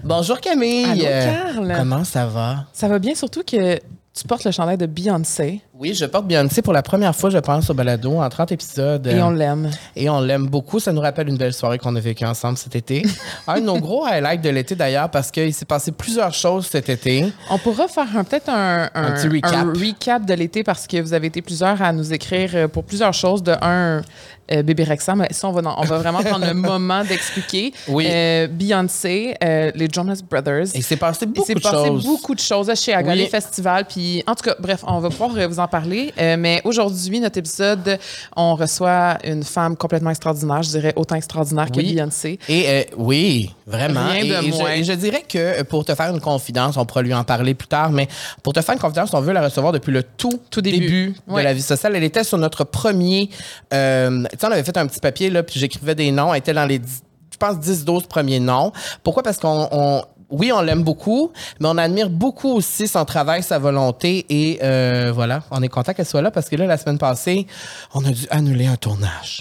Bonjour Camille. Allô, Carl. Comment ça va? Ça va bien, surtout que tu portes le chandail de Beyoncé. Oui, je porte Beyoncé pour la première fois, je pense, au balado, en 30 épisodes. Et on l'aime. Et on l'aime beaucoup. Ça nous rappelle une belle soirée qu'on a vécue ensemble cet été. Un de nos gros highlights de l'été, d'ailleurs, parce qu'il s'est passé plusieurs choses cet été. On pourra faire peut-être un petit recap. un recap de l'été parce que vous avez été plusieurs à nous écrire pour plusieurs choses. De Bébé Rexha, mais ça, on va vraiment prendre le moment d'expliquer. Oui. Beyoncé, les Jonas Brothers. Et il s'est passé beaucoup de choses. Il s'est passé beaucoup de choses chez Aga, Oui. les festivals. Puis, en tout cas, bref, on va pouvoir vous en parler. Mais aujourd'hui, notre épisode, on reçoit une femme complètement extraordinaire. Je dirais autant extraordinaire que Beyoncé. Et oui, vraiment. Rien de moins. Et je dirais que pour te faire une confidence, on pourra lui en parler plus tard, mais pour te faire une confidence, on veut la recevoir depuis le tout début de la vie sociale. Elle était sur notre premier... tu sais, on avait fait un petit papier, là, puis j'écrivais des noms. Elle était dans les, je pense, 10-12 premiers noms. Pourquoi? Parce oui, on l'aime beaucoup, mais on admire beaucoup aussi son travail, sa volonté. Et voilà, on est content qu'elle soit là parce que là, la semaine passée, on a dû annuler un tournage.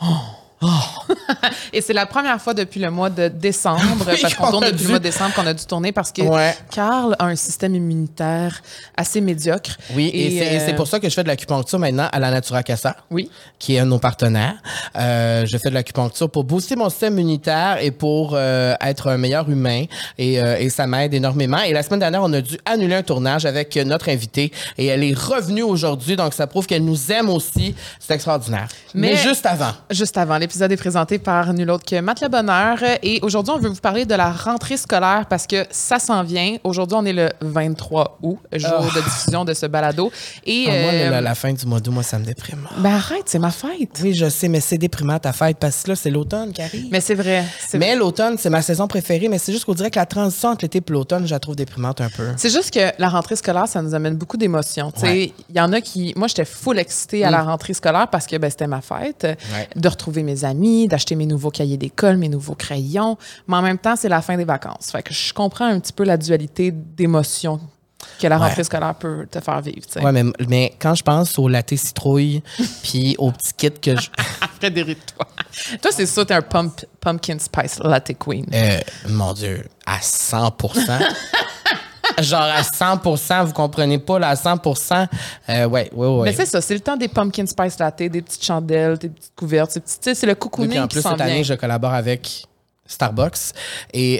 Et c'est la première fois depuis le mois de décembre, Oui, parce qu'on tourne depuis le mois de décembre qu'on a dû tourner parce que Carl a un système immunitaire assez médiocre. Oui, et c'est pour ça que je fais de l'acupuncture maintenant à la Natura Casa, qui est un de nos partenaires. Je fais de l'acupuncture pour booster mon système immunitaire et pour être un meilleur humain et ça m'aide énormément. Et la semaine dernière, on a dû annuler un tournage avec notre invitée et elle est revenue aujourd'hui, donc ça prouve qu'elle nous aime aussi. C'est extraordinaire. Mais juste avant, l'épisode est présenté par nul autre que Matt Le Bonheur. Et aujourd'hui, on veut vous parler de la rentrée scolaire parce que ça s'en vient. Aujourd'hui, on est le 23 août, jour de diffusion de ce balado. Et moi, la fin du mois d'août, moi, ça me déprime. Ben arrête, c'est ma fête. Oui, je sais, mais c'est déprimant ta fête parce que là, c'est l'automne qui arrive. Mais c'est vrai. Mais l'automne, c'est ma saison préférée, mais c'est juste qu'on dirait que la transition entre l'été et l'automne, je la trouve déprimante un peu. C'est juste que la rentrée scolaire, ça nous amène beaucoup d'émotions. Il y en a qui... Moi, j'étais full excitée à la rentrée scolaire parce que c'était ma fête, de retrouver mes amis, d'acheter mes nouveaux cahiers d'école, mes nouveaux crayons. Mais en même temps, c'est la fin des vacances. Fait que je comprends un petit peu la dualité d'émotions que la rentrée scolaire peut te faire vivre. T'sais. Ouais, mais quand je pense au latte citrouille puis au petit kit que je... Frédéric, toi, c'est ça, t'es un pumpkin spice latte queen. Mon Dieu, à 100%. Genre à 100%, vous comprenez pas, là, à 100%. Ouais. Mais c'est ça, c'est le temps des pumpkin spice latte, des petites chandelles, des petites couvertes, c'est le cocooning en plus, qui s'en cette année, vient. je collabore avec Starbucks et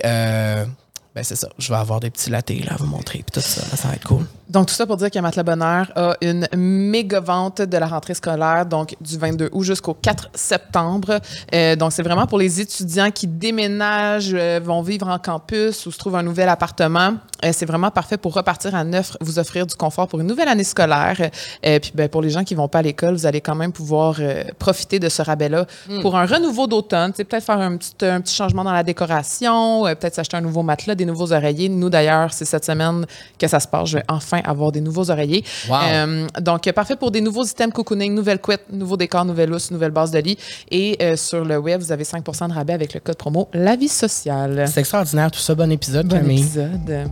c'est ça. Je vais avoir des petits lattés là, à vous montrer. Puis tout ça, ça va être cool. Donc, tout ça pour dire que Matt Le Bonheur a une méga vente de la rentrée scolaire, donc du 22 août jusqu'au 4 septembre. Donc, c'est vraiment pour les étudiants qui déménagent, vont vivre en campus ou se trouvent un nouvel appartement. C'est vraiment parfait pour repartir à neuf, vous offrir du confort pour une nouvelle année scolaire. Puis, pour les gens qui vont pas à l'école, vous allez quand même pouvoir profiter de ce rabais-là pour un renouveau d'automne. Peut-être faire un petit changement dans la décoration, peut-être s'acheter un nouveau matelas, des nouveaux oreillers. Nous, d'ailleurs, c'est cette semaine que ça se passe. Je vais enfin avoir des nouveaux oreillers. Wow. Donc, parfait pour des nouveaux items cocooning, nouvelle couette, nouveau décor, nouvelle housse, nouvelle base de lit. Et sur le web, vous avez 5% de rabais avec le code promo La Vie Sociale. C'est extraordinaire tout ça. Bon épisode, bon Camille. Épisode.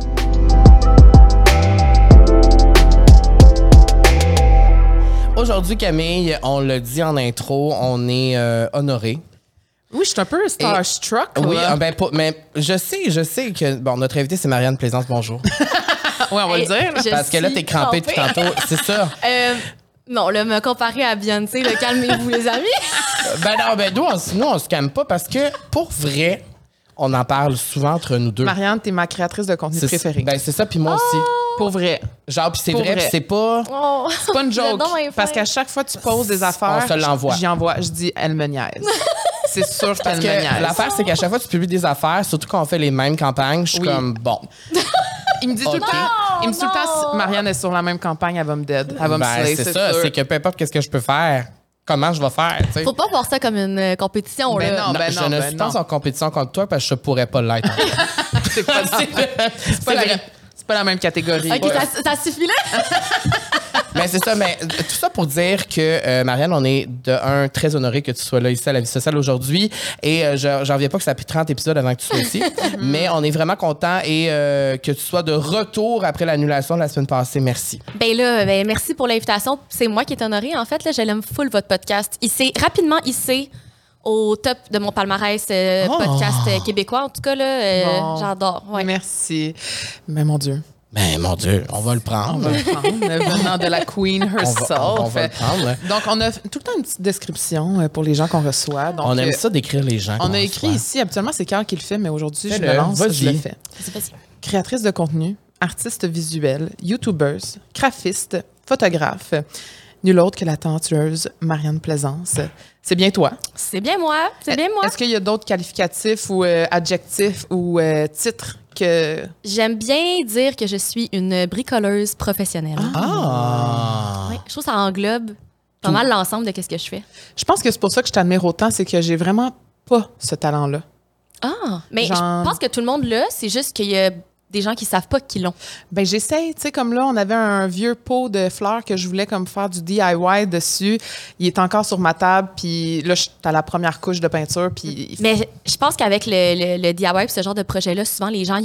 Aujourd'hui, Camille, on l'a dit en intro, on est honoré. Oui, je suis un peu starstruck. Oui, mais je sais que... Bon, notre invité, c'est Marianne Plaisance. Bonjour. Oui, on va le dire. Parce que là, t'es crampée depuis tantôt. C'est ça. Non, là, me comparer à Beyoncé, là, calmez-vous, les amis. Nous, on se calme pas parce que, pour vrai, on en parle souvent entre nous deux. Marianne, t'es ma créatrice de contenu préférée. C'est ça, puis moi aussi. Pour vrai. Genre, puis c'est vrai, puis c'est pas... C'est pas une joke. Parce qu'à chaque fois que tu poses des affaires... On se l'envoie. J'y envoie. Je dis, elle me niaise. C'est sûr qu'elle me niaise. L'affaire, c'est qu'à chaque fois que tu publies des affaires, surtout quand on fait les mêmes campagnes, je suis comme, bon... Il me dit tout le temps, si Marianne est sur la même campagne, elle va me dead. Elle va me slay, c'est ça, c'est que peu importe qu'est-ce que je peux faire, comment je vais faire, tu sais. Faut pas voir ça comme une compétition, là. Je ne suis pas en compétition contre toi parce que je pourrais pas l'être. C'est pas la même catégorie. OK, ça suffit là? Mais c'est ça, mais tout ça pour dire que, Marianne, on est très honoré que tu sois là ici à La Vie Sociale aujourd'hui. Et j'en reviens pas que ça a pris 30 épisodes avant que tu sois ici. Mais on est vraiment content et que tu sois de retour après l'annulation de la semaine passée. Merci. Merci pour l'invitation. C'est moi qui est honorée. En fait, là, je l'aime full, votre podcast. Il s'est rapidement hissé au top de mon palmarès podcast québécois, en tout cas. Là, Bon. j'adore. Ouais. Merci. Mais mon Dieu. Ben, mon Dieu, on va le prendre. On va le prendre, venant de la queen herself. On va le prendre. Donc, on a tout le temps une petite description pour les gens qu'on reçoit. Donc, On aime ça d'écrire les gens. on a écrit ici, habituellement, c'est Carl qui le fait, mais aujourd'hui, je Fais-le. le lance, je le Vas-y. fais. C'est facile. Créatrice de contenu, artiste visuelle, youtubeuse, graphiste, photographe. Nul autre que la talentueuse Marianne Plaisance. C'est bien toi. C'est bien moi. C'est bien moi. Est-ce qu'il y a d'autres qualificatifs ou adjectifs ou titres que... J'aime bien dire que je suis une bricoleuse professionnelle. Ah! Ouais, je trouve que ça englobe pas mal l'ensemble de ce que je fais. Je pense que c'est pour ça que je t'admire autant, c'est que j'ai vraiment pas ce talent-là. Ah! Mais Genre- je pense que tout le monde l'a, c'est juste qu'il y a des gens qui savent pas qu'ils l'ont. Ben j'essaye, tu sais, comme là, on avait un vieux pot de fleurs que je voulais comme faire du DIY dessus. Il est encore sur ma table, puis là, je suis à la première couche de peinture, puis... Mais je pense qu'avec le DIY et ce genre de projet-là, souvent, les gens,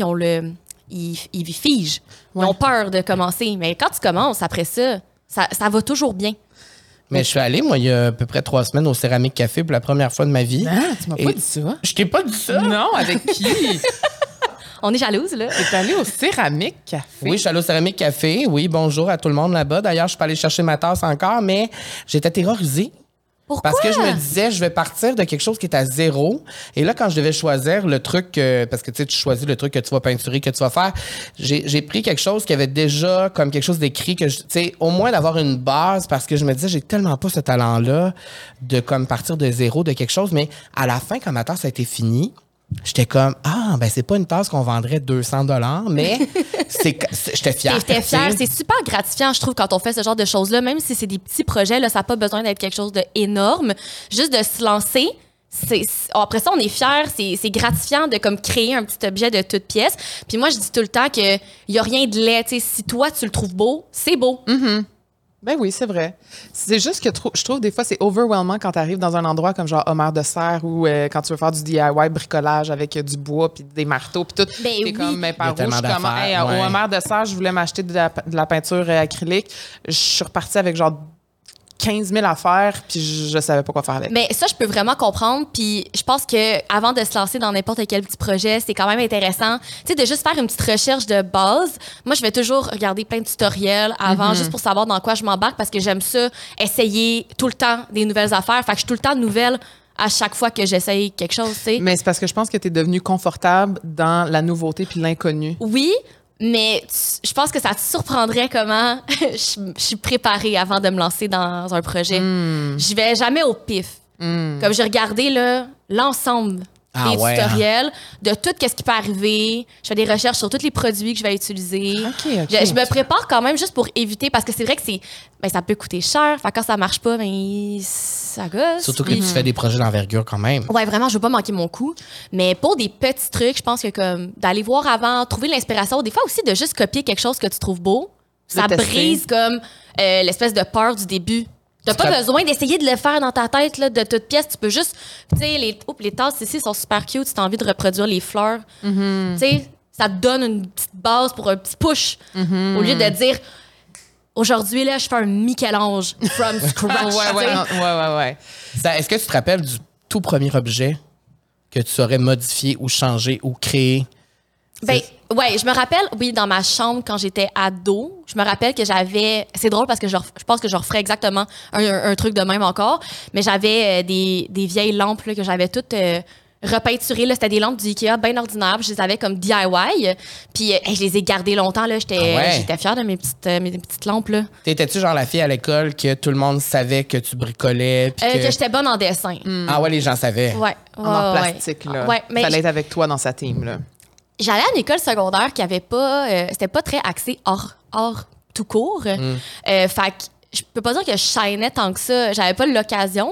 ils figent. Ils Ouais. ont peur de commencer. Mais quand tu commences, après ça va toujours bien. Mais je suis allé, moi, il y a à peu près 3 semaines au Céramique Café pour la première fois de ma vie. Ah, tu m'as Et- pas dit ça? Je t'ai pas dit ça? Non, avec qui? On est jalouse, là. T'es allé au Céramique Café? Oui, je suis allé au Céramique Café. Oui, bonjour à tout le monde là-bas. D'ailleurs, je suis pas allée chercher ma tasse encore, mais j'étais terrorisée. Pourquoi? Parce que je me disais, je vais partir de quelque chose qui est à 0. Et là, quand je devais choisir le truc, parce que tu sais, tu choisis le truc que tu vas peinturer, que tu vas faire, j'ai pris quelque chose qui avait déjà comme quelque chose d'écrit, que tu sais, au moins d'avoir une base, parce que je me disais, j'ai tellement pas ce talent-là de comme partir de 0 de quelque chose. Mais à la fin, quand ma tasse a été finie, j'étais comme, ben c'est pas une tasse qu'on vendrait 200$, mais j'étais fière. J'étais fière. tu sais. C'est super gratifiant, je trouve, quand on fait ce genre de choses-là. Même si c'est des petits projets, là, ça n'a pas besoin d'être quelque chose d'énorme. Juste de se lancer. Après ça, on est fiers. C'est gratifiant de comme créer un petit objet de toute pièce. Puis moi, je dis tout le temps qu'il n'y a rien de laid. Tu sais, si toi, tu le trouves beau, c'est beau. Ben oui, c'est vrai. C'est juste que je trouve des fois c'est overwhelmant quand tu arrives dans un endroit comme genre Homer de Serre ou quand tu veux faire du DIY bricolage avec du bois puis des marteaux puis tout. Ben T'es oui. comme mais Il y par a où tellement je suis comme d'affaires, hey, ouais. au Homer de Serre, je voulais m'acheter de la peinture acrylique. Je suis repartie avec genre 15 000 affaires puis je savais pas quoi faire avec. Mais ça, je peux vraiment comprendre. Puis je pense que avant de se lancer dans n'importe quel petit projet, c'est quand même intéressant, tu sais, de juste faire une petite recherche de base. Moi, je vais toujours regarder plein de tutoriels avant, juste pour savoir dans quoi je m'embarque, parce que j'aime ça, essayer tout le temps des nouvelles affaires. Fait que je suis tout le temps nouvelle à chaque fois que j'essaye quelque chose, tu sais. Mais c'est parce que je pense que tu es devenu confortable dans la nouveauté puis l'inconnu. Oui, mais je pense que ça te surprendrait comment je suis préparée avant de me lancer dans un projet. Je vais jamais au pif. Comme j'ai regardé là, l'ensemble des ouais, tutoriels de tout ce qui peut arriver. Je fais des recherches sur tous les produits que je vais utiliser. OK. Je me prépare quand même juste pour éviter, parce que c'est vrai que ça peut coûter cher. Fait que quand ça marche pas, ça gosse. Surtout que Puis- tu fais des projets d'envergure quand même. Ouais, vraiment, je veux pas manquer mon coup. Mais pour des petits trucs, je pense que comme d'aller voir avant, trouver l'inspiration, des fois aussi de juste copier quelque chose que tu trouves beau, ça tester. brise comme l'espèce de peur du début. T'as Tu pas te- besoin d'essayer de le faire dans ta tête là, de toute pièce. Tu peux juste, tu sais, les tasses ici sont super cute si t'as envie de reproduire les fleurs. Tu sais, ça te donne une petite base pour un petit push. Au lieu de dire, aujourd'hui, là, je fais un Michel-Ange from scratch. tu sais. ouais. Est-ce que tu te rappelles du tout premier objet que tu aurais modifié ou changé ou créé? Ben, ouais, je me rappelle, oui, dans ma chambre, quand j'étais ado, je me rappelle que j'avais... C'est drôle parce que je pense que je referais exactement un truc de même encore, mais j'avais des vieilles lampes là, que j'avais toutes repeinturées. Là, c'était des lampes du Ikea bien ordinaires, puis je les avais comme DIY. Puis je les ai gardées longtemps. Là, j'étais fière de mes petites lampes. Là. T'étais-tu genre la fille à l'école que tout le monde savait que tu bricolais? Puis Que j'étais bonne en dessin. Ah ouais, les gens savaient. Ouais, En ouais, plastique, là. Ouais, mais Fallait être avec toi dans sa team, là. j'allais à une école secondaire qui avait pas... c'était pas très axé hors tout court. Fait que je peux pas dire que je shinais tant que ça. J'avais pas l'occasion,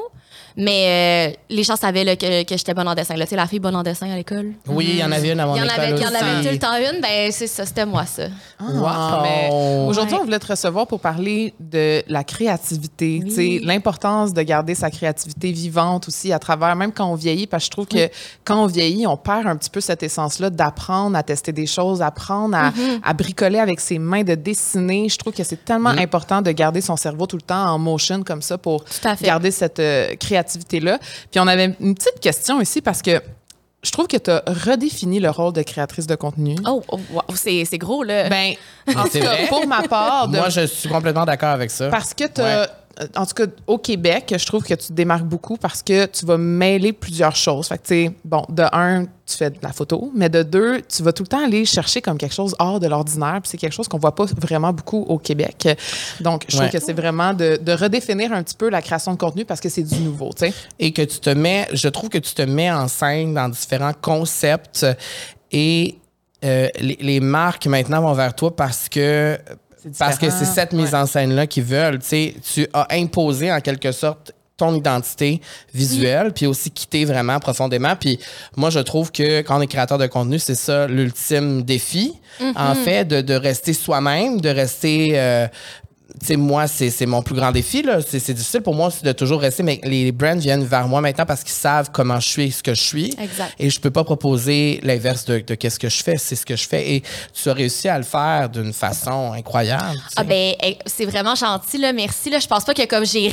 mais les gens savaient là, que j'étais bonne en dessin. Tu sais, la fille bonne en dessin à l'école. Oui, il y en avait une à mon Il y en école avait, aussi. il y en avait tout le temps une. Ben, c'est ça, c'était moi, ça. Wow. Mais aujourd'hui, Ouais. on voulait te recevoir pour parler de la créativité, Oui. tu sais, l'importance de garder sa créativité vivante aussi à travers, même quand on vieillit, parce que je trouve que quand on vieillit, on perd un petit peu cette essence-là d'apprendre à tester des choses, apprendre à bricoler avec ses mains, de dessiner. Je trouve que c'est tellement important de garder son cerveau tout le temps en motion comme ça pour Tout à fait. garder cette créativité créativité-là. Puis on avait une petite question ici parce que je trouve que tu as redéfini le rôle de créatrice de contenu. Oh, wow, c'est gros, là. Ben, en tout cas, pour ma part... Moi, je suis complètement d'accord avec ça. Parce que tu as... En tout cas, au Québec, je trouve que tu te démarques beaucoup parce que tu vas mêler plusieurs choses. Fait que, tu sais, bon, de un, tu fais de la photo, mais de deux, tu vas tout le temps aller chercher comme quelque chose hors de l'ordinaire. Puis c'est quelque chose qu'on voit pas vraiment beaucoup au Québec. Donc, je trouve que c'est vraiment de redéfinir un petit peu la création de contenu parce que c'est du nouveau, tu sais. Et que tu te mets, je trouve que tu te mets en scène dans différents concepts et les marques maintenant vont vers toi parce que c'est cette mise en scène-là qu'ils veulent. Tu as imposé en quelque sorte ton identité visuelle, puis aussi quitter vraiment profondément. Puis moi, je trouve que quand on est créateur de contenu, c'est ça l'ultime défi, en fait, de rester soi-même, de rester... tu sais, moi, c'est mon plus grand défi, là. C'est difficile pour moi aussi de toujours rester, mais les brands viennent vers moi maintenant parce qu'ils savent comment je suis et ce que je suis. Exact. Et je peux pas proposer l'inverse de qu'est-ce que je fais, c'est ce que je fais. Et tu as réussi à le faire d'une façon incroyable. Ah ben, c'est vraiment gentil, là. Merci, là. Je pense pas que comme j'ai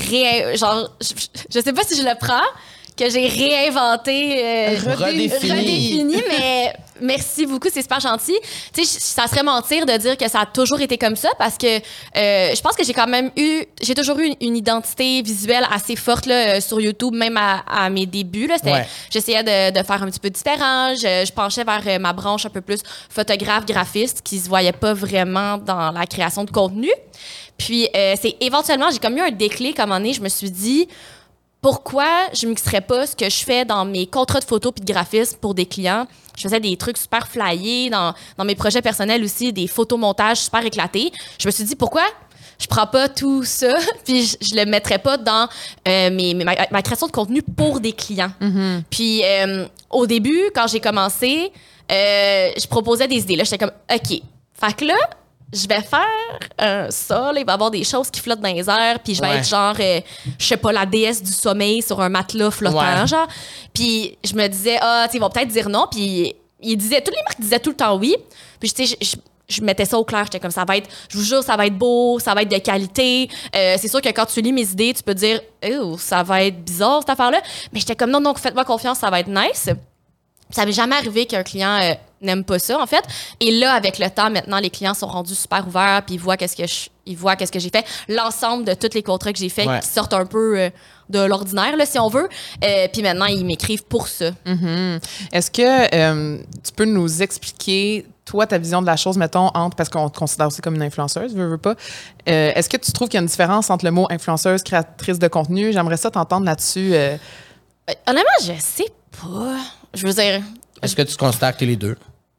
je sais pas si je le prends, que j'ai réinventé, redéfini, mais merci beaucoup, c'est super gentil. Tu sais, ça serait mentir de dire que ça a toujours été comme ça parce que je pense que j'ai toujours eu une identité visuelle assez forte là, sur YouTube, même à mes débuts. Là, j'essayais de faire un petit peu différent. Je penchais vers ma branche un peu plus photographe, graphiste, qui se voyait pas vraiment dans la création de contenu. Puis, c'est éventuellement, j'ai comme eu un déclic à un moment donné, je me suis dit... Pourquoi je mixerais pas ce que je fais dans mes contrats de photo puis de graphisme pour des clients? Je faisais des trucs super flyés dans mes projets personnels aussi, des photomontages super éclatés. Je me suis dit, pourquoi je prends pas tout ça puis je le mettrais pas dans ma création de contenu pour des clients? Mm-hmm. Puis au début, quand j'ai commencé, je proposais des idées. Là, j'étais comme, OK, fait que là, je vais faire ça, là, il va y avoir des choses qui flottent dans les airs, puis je vais être genre, je sais pas, la déesse du sommeil sur un matelas flottant, genre. Puis je me disais, tu sais, ils vont peut-être dire non, puis toutes les marques disaient tout le temps oui. Puis tu sais, je mettais ça au clair, j'étais comme, je vous jure, ça va être beau, ça va être de qualité. C'est sûr que quand tu lis mes idées, tu peux dire, ça va être bizarre, cette affaire-là. Mais j'étais comme, non, faites-moi confiance, ça va être nice. Ça m'est jamais arrivé qu'un client n'aime pas ça, en fait. Et là, avec le temps, maintenant, les clients sont rendus super ouverts, puis ils voient qu'est-ce que j'ai fait. L'ensemble de tous les contrats que j'ai faits qui sortent un peu de l'ordinaire, là, si on veut. Puis maintenant, ils m'écrivent pour ça. Mm-hmm. Est-ce que tu peux nous expliquer, toi, ta vision de la chose, mettons, parce qu'on te considère aussi comme une influenceuse, veux pas. Est-ce que tu trouves qu'il y a une différence entre le mot influenceuse, créatrice de contenu? J'aimerais ça t'entendre là-dessus. Honnêtement, je sais pas. Je veux dire... Est-ce que tu considères que t'es les deux?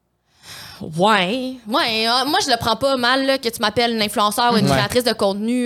Ouais. Moi, je le prends pas mal là, que tu m'appelles une influenceur ou une créatrice de contenu.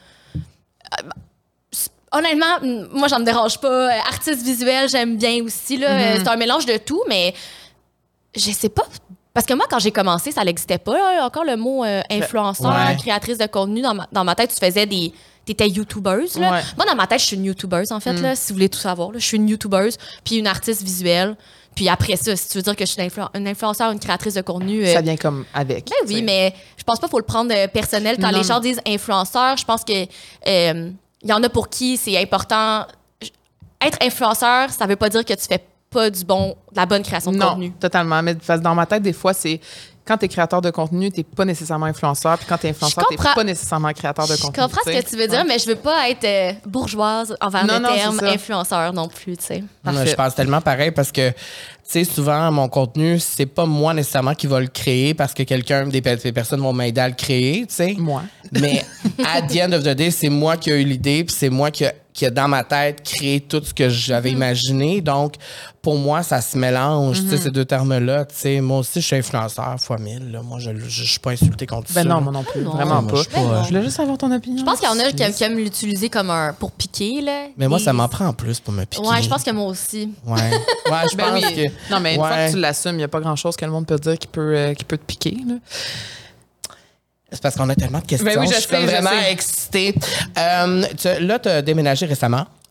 Honnêtement, moi, j'en me dérange pas. Artiste visuel, j'aime bien aussi. Là. C'est un mélange de tout, mais je sais pas. Parce que moi, quand j'ai commencé, ça n'existait pas là, encore le mot influenceur, créatrice de contenu. Dans ma tête, tu faisais t'étais youtubeuse. Là. Ouais. Moi, dans ma tête, je suis une youtubeuse, en fait, là, si vous voulez tout savoir. Là. Je suis une youtubeuse, puis une artiste visuelle. Puis après ça, si tu veux dire que je suis une influenceur, une créatrice de contenu... ça vient comme avec. Ben oui, mais je pense pas qu'il faut le prendre personnel. Quand les gens disent influenceur, je pense que y en a pour qui c'est important. Être influenceur, ça veut pas dire que tu fais pas de la bonne création de contenu. Non, totalement. Mais dans ma tête, des fois, c'est... Quand tu es créateur de contenu, tu n'es pas nécessairement influenceur. Puis quand tu es influenceur, tu n'es pas nécessairement créateur de contenu. Je comprends ce que tu veux dire, mais je veux pas être bourgeoise envers le terme influenceur non plus. Je pense tellement pareil parce que, tu sais, souvent, mon contenu, c'est pas moi nécessairement qui va le créer parce que des personnes vont m'aider à le créer, tu sais. Moi. Mais at the end of the day, c'est moi qui ai eu l'idée, puis c'est moi qui a dans ma tête créé tout ce que j'avais imaginé. Donc, pour moi, ça se mélange, tu sais, ces deux termes-là. Tu sais, moi aussi, je suis influenceur fois 1000. Là. Moi, je suis pas insulté contre ça. Non, moi non plus. Vraiment pas. Je voulais juste avoir ton opinion. Je pense qu'il y en a qui aiment l'utiliser comme pour piquer. Là. Mais moi, ça m'en prend en plus pour me piquer. Ouais, je pense que moi aussi. Ouais, je pense que... Non, mais une fois que tu l'assumes, il n'y a pas grand-chose que le monde peut dire qui peut te piquer. Là. C'est parce qu'on a tellement de questions. Ben oui, je suis vraiment excitée. Là, tu as déménagé récemment.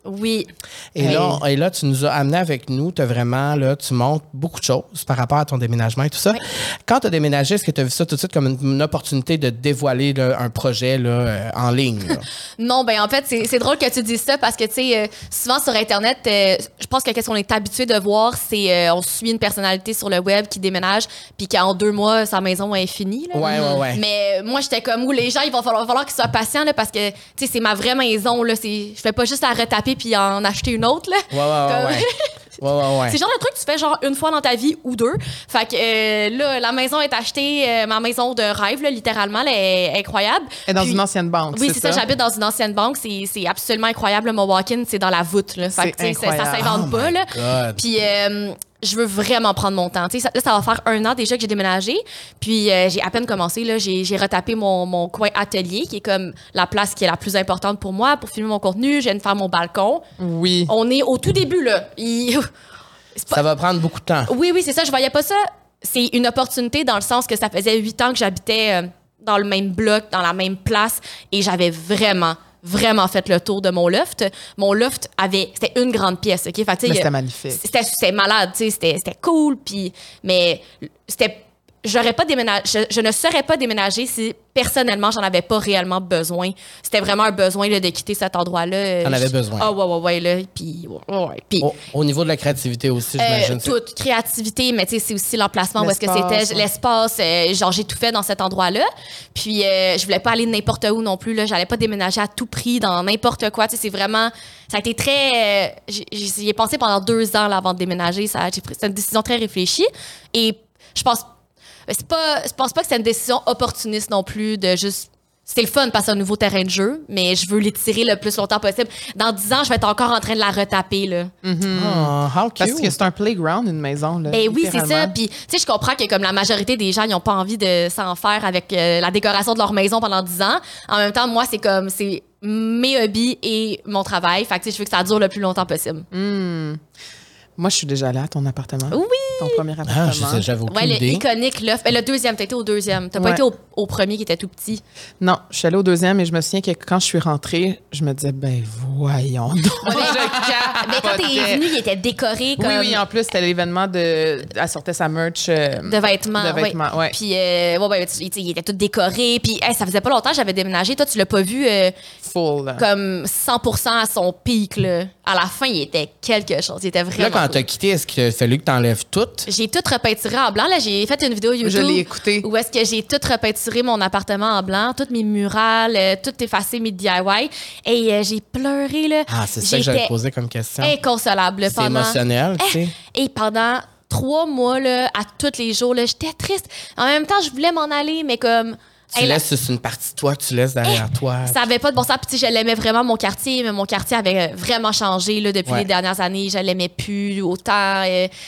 Oui. Et là, tu nous as amené avec nous. Tu vraiment, là, tu montres beaucoup de choses par rapport à ton déménagement et tout ça. Oui. Quand tu as déménagé, est-ce que tu as vu ça tout de suite comme une opportunité de dévoiler là, un projet là, en ligne? Là? Non, ben en fait, c'est drôle que tu dises ça parce que, tu sais, souvent sur Internet, je pense que qu'est-ce qu'on est habitué de voir, c'est on suit une personnalité sur le web qui déménage puis qu'en 2 mois, sa maison est finie. Là. Ouais. Mais moi, j'étais comme où les gens, il va falloir qu'ils soient patients là, parce que, tu sais, c'est ma vraie maison. Là, je fais pas juste la retaper puis en acheter une autre. Là. Ouais. Ouais. C'est le genre de truc que tu fais genre une fois dans ta vie ou 2. Fait que là, la maison est achetée, ma maison de rêve, là, littéralement, elle est incroyable. Elle est dans une ancienne banque. Oui, c'est ça. J'habite dans une ancienne banque. C'est absolument incroyable. Mon walk-in, c'est dans la voûte. Là. Fait que, ça s'invente pas. Là. Puis je veux vraiment prendre mon temps. Ça va faire 1 an déjà que j'ai déménagé. Puis j'ai à peine commencé. Là, j'ai retapé mon coin atelier, qui est comme la place qui est la plus importante pour moi pour filmer mon contenu. Je viens de faire mon balcon. Oui. On est au tout début. Là. Ça va prendre beaucoup de temps. Oui, c'est ça. Je voyais pas ça. C'est une opportunité dans le sens que ça faisait 8 ans que j'habitais dans le même bloc, dans la même place. Et j'avais vraiment fait le tour de mon loft. Mon loft c'était une grande pièce, OK? Fait que, c'était magnifique. C'était malade, tu sais, c'était cool, puis mais j'aurais pas déménagé, je ne serais pas déménagée si personnellement j'en avais pas réellement besoin. C'était vraiment un besoin là, de quitter cet endroit-là. T'en avais besoin. Ah ouais là, puis au niveau de la créativité aussi, j'imagine. Toute créativité, mais tu sais c'est aussi l'emplacement où est-ce que c'était, l'espace, genre j'ai tout fait dans cet endroit-là. Puis je voulais pas aller n'importe où non plus là, j'allais pas déménager à tout prix dans n'importe quoi, tu sais c'est vraiment ça a été très j'y ai pensé pendant 2 ans là, avant de déménager, c'est une décision très réfléchie et je pense pas que c'est une décision opportuniste non plus de juste. C'est le fun parce que c'est un nouveau terrain de jeu, mais je veux l'étirer le plus longtemps possible. Dans 10 ans, je vais être encore en train de la retaper. Là. Oh, how cute. Parce que c'est un playground, une maison. Là, ben oui, c'est ça. Puis, tu sais, je comprends que comme la majorité des gens, ils n'ont pas envie de s'en faire avec la décoration de leur maison pendant 10 ans. En même temps, moi, c'est mes hobbies et mon travail. Fait que, tu sais, je veux que ça dure le plus longtemps possible. Moi, je suis déjà allée à ton appartement. Oui! Ton premier appartement. J'avais aucune le idée. iconique loft. Ben, le deuxième, t'as été au deuxième. T'as pas été au premier qui était tout petit. Non, je suis allée au deuxième et je me souviens que quand je suis rentrée, je me disais, ben voyons donc. Mais quand t'es venue, il était décoré comme... Oui, en plus, c'était l'événement de... Elle sortait sa merch... de vêtements. Ouais. Puis, il était tout décoré. Puis, ça faisait pas longtemps que j'avais déménagé. Toi, tu l'as pas vu full. Comme 100% à son pic, là. À la fin, il était quelque chose. Il était vraiment... Là, quand t'as quitté, est-ce qu'il a fallu que t'enlèves tout? J'ai tout repeinturé en blanc. Là, j'ai fait une vidéo YouTube. Je l'ai écouté. Où est-ce que j'ai tout repeinturé mon appartement en blanc, toutes mes murales, tout effacé, mes DIY. Et j'ai pleuré, là. Ah, c'est ça que j'avais posé comme question. Inconsolable. C'est émotionnel, tu sais. Et pendant 3 mois, là, à tous les jours, là, j'étais triste. En même temps, je voulais m'en aller, mais comme... Tu laisses une partie de toi que tu laisses derrière toi. Ça avait pas de bon sens. Puis, je l'aimais vraiment, mon quartier, mais mon quartier avait vraiment changé là, depuis les dernières années. Je l'aimais plus autant.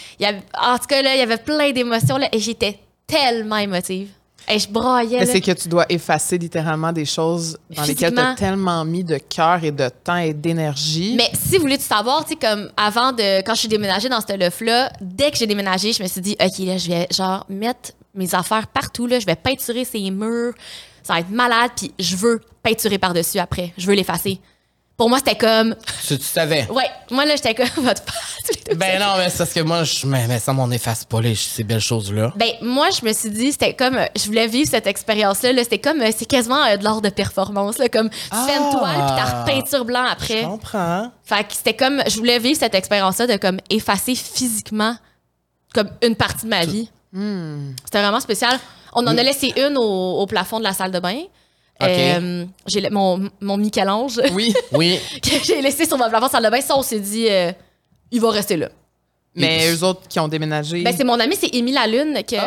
En tout cas, là, il y avait plein d'émotions là, et j'étais tellement émotive. Et je braillais. C'est que tu dois effacer littéralement des choses dans lesquelles tu as tellement mis de cœur et de temps et d'énergie. Mais si vous voulez tout savoir, tu sais, comme quand je suis déménagée dans ce loft-là, dès que j'ai déménagé, je me suis dit, OK, là, je vais genre mettre mes affaires partout, là, je vais peinturer ces murs, ça va être malade, puis je veux peinturer par-dessus après. Je veux l'effacer. Pour moi, c'était comme... Tu savais? Ouais. Moi, là, j'étais comme votre face. Ben non, mais c'est parce que moi, mais ça m'en efface pas ces belles choses-là. Ben, moi, je me suis dit, c'était comme... Je voulais vivre cette expérience-là. Là, c'était comme... C'est quasiment de l'art de performance. Là, comme tu fais une toile, puis t'as repeinture blanc après. Je comprends. Fait que c'était comme... Je voulais vivre cette expérience-là de comme effacer physiquement comme une partie de ma vie. C'était vraiment spécial. On en a laissé une au plafond de la salle de bain. Okay. J'ai mon Michel-Ange Oui. que j'ai laissé sur mon plafond de salle de bain. Ça, on s'est dit, il va rester là. Mais eux autres qui ont déménagé... Ben, c'est mon amie, c'est Émile Lalune qui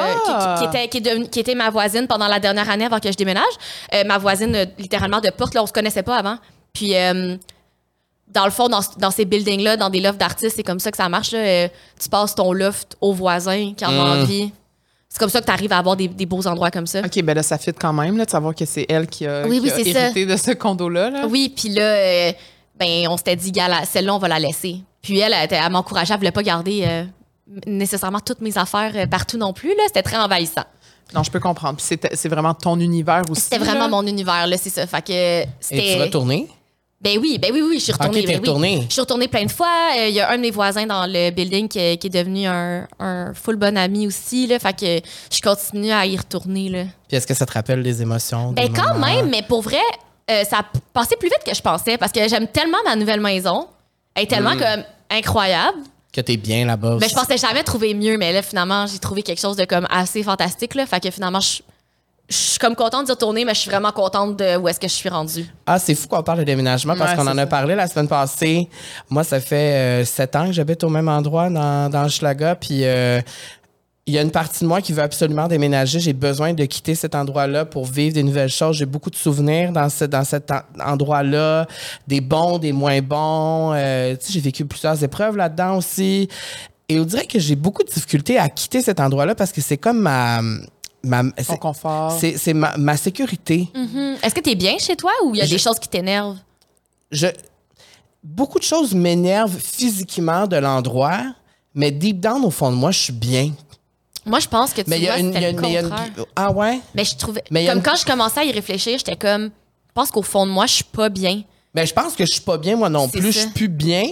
était ma voisine pendant la dernière année avant que je déménage. Ma voisine, littéralement, de porte. Là, on se connaissait pas avant. Puis, dans le fond, dans ces buildings-là, dans des lofts d'artistes, c'est comme ça que ça marche. Là. Tu passes ton loft au voisin qui en a envie. C'est comme ça que tu arrives à avoir des beaux endroits comme ça. OK, ben là, ça fit quand même, là, de savoir que c'est elle qui a hérité de ce condo-là. Là. Oui, puis là, on s'était dit, celle-là, on va la laisser. Puis elle m'encourageait, elle voulait pas garder nécessairement toutes mes affaires partout non plus. Là. C'était très envahissant. Non, je peux comprendre. Puis c'est vraiment ton univers aussi. C'était vraiment mon univers, là, c'est ça. Fait que c'était... Es-tu retourné? Ben oui, je suis retournée. Ok, t'es retournée. Oui. Je suis retournée plein de fois. Il y a un de mes voisins dans le building qui est devenu un full bon ami aussi. Là, fait que je continue à y retourner. Là. Puis est-ce que ça te rappelle des émotions? Ben des quand moments? même, mais pour vrai, ça a passé plus vite que je pensais parce que j'aime tellement ma nouvelle maison. Elle est tellement comme incroyable. Que t'es bien là-bas. Ben, je pensais jamais trouver mieux, mais là, finalement, j'ai trouvé quelque chose de comme assez fantastique. Là, fait que finalement, je suis comme contente d'y retourner, mais je suis vraiment contente de où est-ce que je suis rendue. Ah, c'est fou qu'on parle de déménagement parce Ouais, qu'on c'est en a ça. parlé la semaine passée. Moi, ça fait 7 ans que j'habite au même endroit dans Hochelaga. Puis il y a une partie de moi qui veut absolument déménager. J'ai besoin de quitter cet endroit-là pour vivre des nouvelles choses. J'ai beaucoup de souvenirs dans cet endroit-là, des bons, des moins bons. Tu sais, j'ai vécu plusieurs épreuves là-dedans aussi. Et on dirait que j'ai beaucoup de difficultés à quitter cet endroit-là parce que c'est comme Ton confort. c'est ma sécurité. Est-ce que tu es bien chez toi ou il y a des choses qui t'énervent? Beaucoup de choses m'énervent physiquement de l'endroit, mais deep down, au fond de moi, je suis bien. Moi, je pense que tu vois, c'était le contraire. Ah ouais? Mais je trouvais... Mais il y a comme une- quand je commençais à y réfléchir, j'étais comme... Je pense qu'au fond de moi, je suis pas bien. Ben, je pense que je suis pas bien, moi non C'est plus. ça. Je suis plus bien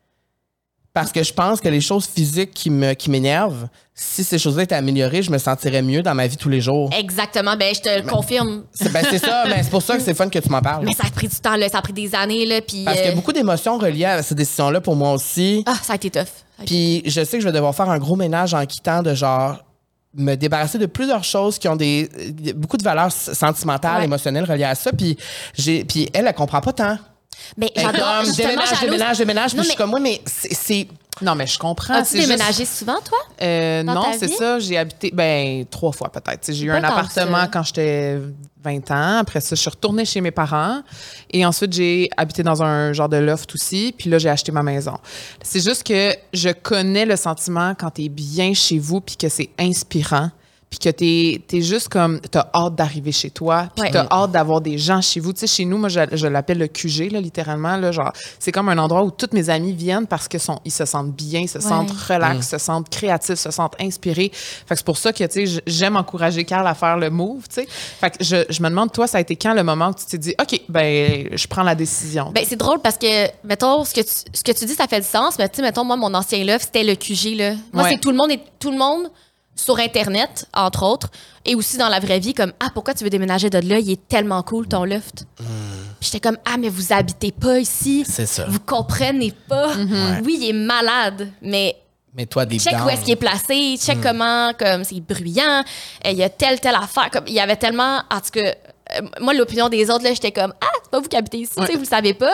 parce que je pense que les choses physiques qui m'énervent, si ces choses-là étaient améliorées, je me sentirais mieux dans ma vie tous les jours. Exactement. Ben, je te le confirme. C'est ça, mais c'est pour ça que c'est fun que tu m'en parles. Mais ça a pris du temps, là. Ça a pris des années, là. Puis... Parce qu'il y a beaucoup d'émotions reliées à ces décisions-là pour moi aussi. Ah, ça a été tough. Puis je sais que je vais devoir faire un gros ménage en quittant de genre me débarrasser de plusieurs choses qui ont beaucoup de valeurs sentimentales, Ouais. émotionnelles reliées à ça. Puis elle comprend pas tant. Mais Elle est j'adore... comme, justement, déménage. Puis Non, je suis mais- comme, moi, mais c'est... Non, mais je comprends. As-tu c'est juste- déménagé souvent, toi? dans Non, ta c'est vie? ça. J'ai habité, 3 fois peut-être. Tu sais, j'ai eu Pas un tant que appartement ça. quand j'étais 20 ans. Après ça, je suis retournée chez mes parents. Et ensuite, j'ai habité dans un genre de loft aussi. Puis là, j'ai acheté ma maison. C'est juste que je connais le sentiment quand tu es bien chez vous puis que c'est inspirant. Puis que t'es juste comme, t'as hâte d'arriver chez toi, puis Ouais. t'as hâte d'avoir des gens chez vous. Tu sais, chez nous, moi, je l'appelle le QG, là, littéralement. Là, genre, c'est comme un endroit où toutes mes amis viennent parce que ils se sentent bien, ils se sentent relax, se sentent créatifs, se sentent inspirés. Fait que c'est pour ça que, tu sais, j'aime encourager Carl à faire le move, tu sais. Fait que je me demande, toi, ça a été quand le moment où tu t'es dit, OK, ben, je prends la décision. Ben, c'est drôle parce que, mettons, ce que tu dis, ça fait du sens. Mais tu sais, mettons, moi, mon ancien loft, c'était le QG, là. Moi, Ouais. c'est tout le monde sur Internet, entre autres, et aussi dans la vraie vie, comme, ah, pourquoi tu veux déménager de là? Il est tellement cool, ton loft. Puis j'étais comme, ah, mais vous habitez pas ici. C'est ça. Vous comprenez pas. Oui, il est malade, mais Mais toi, des check où est-ce qu'il est placé, check comment, comme, c'est bruyant, il y a telle affaire. Comme, il y avait tellement, en tout cas, moi, l'opinion des autres, là, j'étais comme, ah, c'est pas vous qui habitez ici, tu sais, vous le savez pas.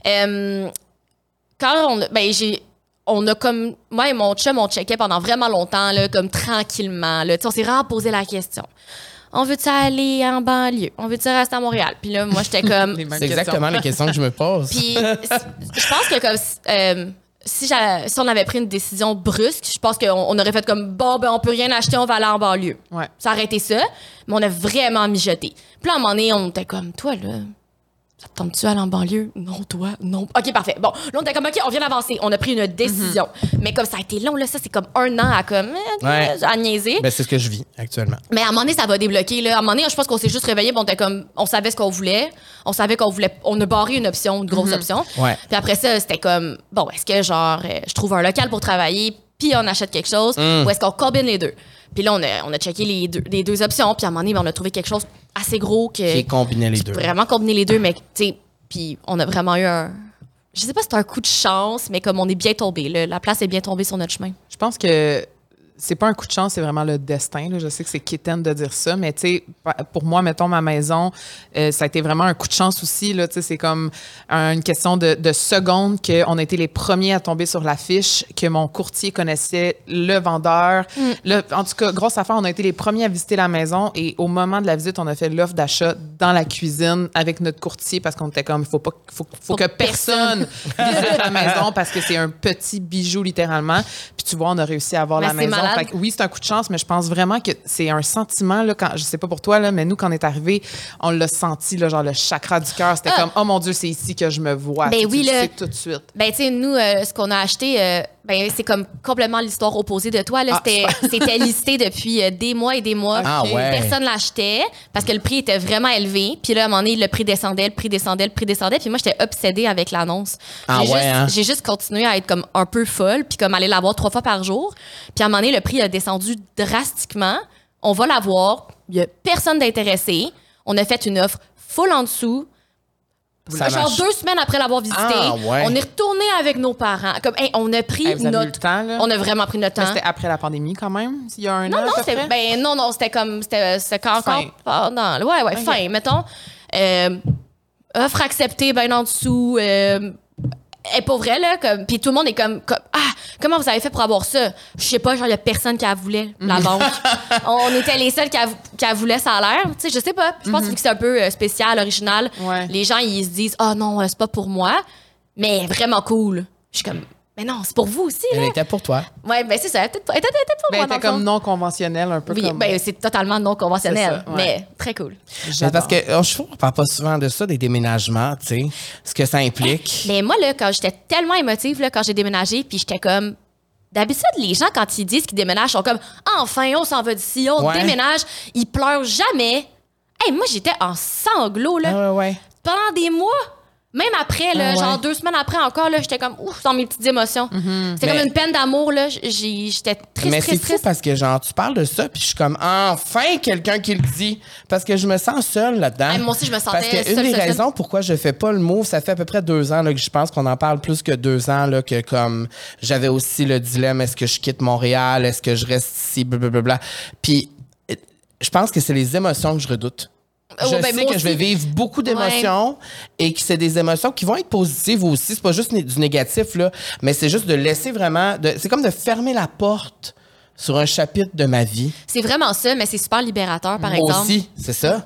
Quand on a comme, moi et mon chum, on checkait pendant vraiment longtemps, là, comme tranquillement, là. Tu sais, on s'est vraiment posé la question. On veut-tu aller en banlieue? On veut-tu rester à Montréal? Puis là, moi, j'étais comme... Les mêmes C'est exactement les questions que je me pose. Puis je pense que comme si on avait pris une décision brusque, je pense qu'on aurait fait comme bon, ben on peut rien acheter, on va aller en banlieue. Ouais. Ça aurait été ça, mais on a vraiment mijoté. Puis là, à un moment donné, on était comme toi là. Ça te tente-tu aller en banlieue? Non, toi, non. OK, parfait. Bon, là, on était comme, OK, on vient d'avancer. On a pris une décision. Mais comme ça a été long, là, ça, c'est comme 1 an à comme, Ouais. à niaiser. Ben, c'est ce que je vis actuellement. Mais à un moment donné, ça va débloquer. Là. À un moment donné, je pense qu'on s'est juste réveillé, on était comme, on savait ce qu'on voulait. On savait qu'on voulait, on a barré une option, une grosse option. Ouais. Puis après ça, c'était comme, bon, est-ce que genre, je trouve un local pour travailler, puis on achète quelque chose, ou est-ce qu'on combine les deux? Puis là, on a checké les deux options, puis à un moment donné, ben, on a trouvé quelque chose assez gros Qui est combiné les deux. vraiment combiner les deux, mais tu sais, puis on a vraiment eu je sais pas si c'est un coup de chance, mais comme on est bien tombé, là, la place est bien tombée sur notre chemin. Je pense que c'est pas un coup de chance, c'est vraiment le destin. Là. Je sais que c'est quétaine de dire ça, mais tu sais, pour moi, mettons ma maison, ça a été vraiment un coup de chance aussi. Là, c'est comme une question de secondes qu'on a été les premiers à tomber sur l'affiche, que mon courtier connaissait le vendeur. Là, en tout cas, grosse affaire, on a été les premiers à visiter la maison et au moment de la visite, on a fait l'offre d'achat dans la cuisine avec notre courtier parce qu'on était comme, il faut que personne visite la maison parce que c'est un petit bijou littéralement. Puis tu vois, on a réussi à avoir Mais la c'est maison. malade. Fait que oui, c'est un coup de chance, mais je pense vraiment que c'est un sentiment, là, quand, je sais pas pour toi, là, mais nous, quand on est arrivé, on l'a senti, là, genre le chakra du cœur. C'était comme, oh mon Dieu, c'est ici que je me vois. Ben Tu oui, le là. sais tout de suite. Ben, tu sais, nous, ce qu'on a acheté, Ben, c'est comme complètement l'histoire opposée de toi. Là. C'était listé depuis des mois et des mois. Ah ouais. Personne l'achetait parce que le prix était vraiment élevé. Puis là, à un moment donné, le prix descendait. Puis moi, j'étais obsédée avec l'annonce. J'ai juste continué à être comme un peu folle, puis comme aller la voir 3 fois par jour. Puis à un moment donné, le prix a descendu drastiquement. On va la voir. Il n'y a personne d'intéressé. On a fait une offre full en dessous. Genre 2 semaines après l'avoir visité, on est retourné avec nos parents. Comme, on a pris notre temps. Là? On a vraiment pris notre temps. Mais c'était après la pandémie quand même, il y a un an. Non, c'était encore pendant. Ouais, fin, mettons. Offre acceptée, ben en dessous. Et pour vrai, là, puis tout le monde est comme comment vous avez fait pour avoir ça? Je sais pas, genre, il y a personne qui la voulait, la banque. On était les seuls qui la voulaient, ça a l'air. Tu sais, je sais pas. Je pense que c'est un peu spécial, original. Ouais. Les gens, ils se disent, non, c'est pas pour moi. Mais vraiment cool. Je suis comme, mais non, c'est pour vous aussi, là. Elle était pour toi. Ouais, ben c'est ça. Elle était pour moi. Elle était comme non conventionnel, un peu comme... Oui, ben c'est totalement non conventionnel, mais très cool. Parce que je parle pas souvent de ça, des déménagements, tu sais, ce que ça implique. Mais moi, là, quand j'étais tellement émotive, là, quand j'ai déménagé, puis j'étais comme... D'habitude, les gens, quand ils disent qu'ils déménagent, sont comme « Enfin, on s'en va d'ici, on déménage ». Ils pleurent jamais. Hey, moi, j'étais en sanglots, là. Pendant des mois. Même après, là, genre 2 semaines après encore, là, j'étais comme ouf dans mes petites émotions. C'était comme une peine d'amour, là. J'étais triste. Mais c'est fou parce que genre tu parles de ça puis je suis comme enfin quelqu'un qui le dit parce que je me sens seule là-dedans. Moi aussi je me sentais parce que une des raisons pourquoi je fais pas le move, ça fait à peu près 2 ans là, que je pense qu'on en parle plus que 2 ans là, que comme j'avais aussi le dilemme, est-ce que je quitte Montréal, est-ce que je reste ici, blablabla. Puis je pense que c'est les émotions que je redoute. Je sais que je vais vivre beaucoup d'émotions et que c'est des émotions qui vont être positives aussi. C'est pas juste du négatif, là, mais c'est juste de laisser vraiment... c'est comme de fermer la porte sur un chapitre de ma vie. C'est vraiment ça, mais c'est super libérateur, par exemple. Moi aussi, c'est ça.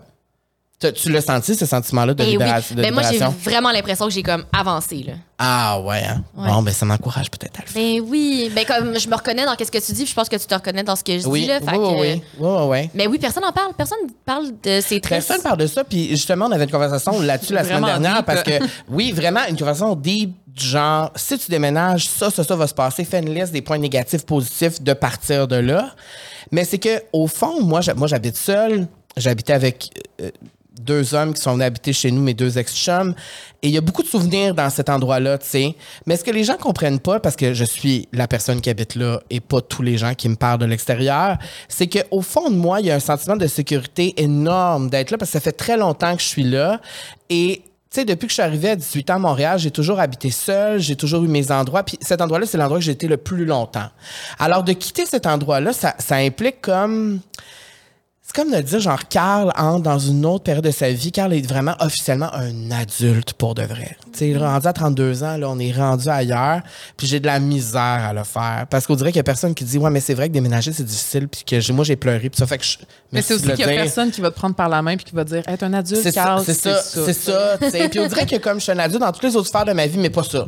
Tu l'as senti, ce sentiment-là de libération? Oui. Moi, j'ai vraiment l'impression que j'ai comme avancé, là. Ah ouais, hein? Bon, ben ça m'encourage peut-être à le faire. Ben oui. Ben comme je me reconnais dans ce que tu dis, puis je pense que tu te reconnais dans ce que je dis, là. Oui. Mais oui, personne n'en parle. Personne parle de ces tristes. Personne parle de ça, puis justement, on avait une conversation là-dessus la semaine dernière, deep. Parce que, oui, vraiment, une conversation deep, du genre, si tu déménages, ça va se passer, fais une liste des points négatifs, positifs de partir de là. Mais c'est que au fond, moi j'habite seule, j'habitais avec... 2 hommes qui sont venus habiter chez nous, mes 2 ex-chums. Et il y a beaucoup de souvenirs dans cet endroit-là, tu sais. Mais ce que les gens comprennent pas, parce que je suis la personne qui habite là et pas tous les gens qui me parlent de l'extérieur, c'est qu'au fond de moi, il y a un sentiment de sécurité énorme d'être là parce que ça fait très longtemps que je suis là. Et tu sais, depuis que je suis arrivée à 18 ans à Montréal, j'ai toujours habité seule, j'ai toujours eu mes endroits. Puis cet endroit-là, c'est l'endroit que j'ai été le plus longtemps. Alors, de quitter cet endroit-là, ça implique comme... C'est comme de dire, genre, Carl entre dans une autre période de sa vie. Carl est vraiment officiellement un adulte pour de vrai. Tu sais, rendu à 32 ans, là, on est rendu ailleurs. Puis j'ai de la misère à le faire. Parce qu'on dirait qu'il y a personne qui dit, ouais, mais c'est vrai que déménager, c'est difficile. Puis que moi, j'ai pleuré. Puis ça fait que mais c'est aussi qu'il y a personne qui va te prendre par la main puis qui va te dire, être un adulte, Carl, c'est ça. Puis on dirait que comme je suis un adulte dans toutes les autres sphères de ma vie, mais pas ça.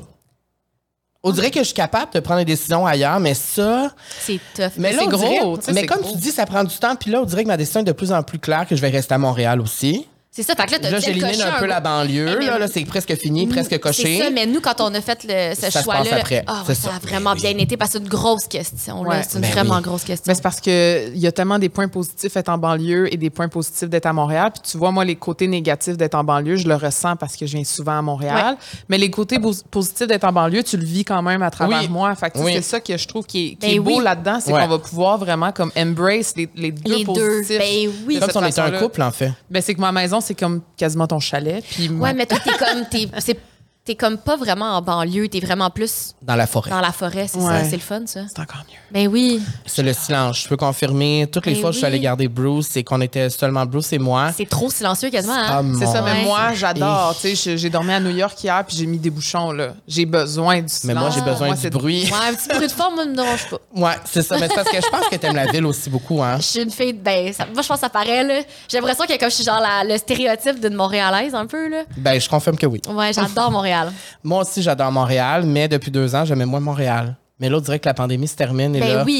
On dirait que je suis capable de prendre des décisions ailleurs, mais ça... C'est tough. Mais là, c'est gros. Mais comme tu dis, ça prend du temps. Puis là, on dirait que ma décision est de plus en plus claire que je vais rester à Montréal aussi. C'est ça, fait que là, j'élimine un peu la banlieue. Là, c'est presque fini, presque coché. C'est ça, mais nous, quand on a fait ce choix-là, ça a vraiment bien été parce que c'est une grosse question. Là. C'est une vraiment grosse question. Mais c'est parce qu'il y a tellement des points positifs d'être en banlieue et des points positifs d'être à Montréal. Puis tu vois, moi, les côtés négatifs d'être en banlieue, je le ressens parce que je viens souvent à Montréal. Mais les côtés positifs d'être en banlieue, tu le vis quand même à travers moi. Fait que c'est ça que je trouve qui est beau là-dedans, c'est qu'on va pouvoir vraiment comme embrace les deux positifs. Ben oui. Comme si on était un couple, en fait. Ben c'est que ma maison, c'est comme quasiment ton chalet. Puis mais toi, t'es comme pas vraiment en banlieue, t'es vraiment plus... Dans la forêt. Dans la forêt, c'est ça. C'est le fun, ça. C'est encore mieux. Ben oui. C'est le silence. Je peux confirmer. Toutes les fois que je suis allée garder Bruce, c'est qu'on était seulement Bruce et moi. C'est trop silencieux quasiment, hein? C'est ça, mais moi, j'adore. Tu sais, j'ai dormi à New York hier puis j'ai mis des bouchons, là. J'ai besoin du silence. Mais moi, j'ai besoin du bruit. Ouais, un petit bruit de fond, moi, ne me dérange pas. Ouais, c'est ça. Mais c'est parce que je pense que t'aimes la ville aussi beaucoup, hein? Je suis une fille... moi, je pense que ça paraît, là. J'ai l'impression que comme je suis genre le stéréotype d'une Montréalaise, un peu, là. Ben, je confirme que oui. Ouais, j'adore Montréal. Moi aussi, j'adore Montréal, mais depuis 2 ans, j'aimais moins Montréal. Mais là, on dirait que la pandémie se termine. Et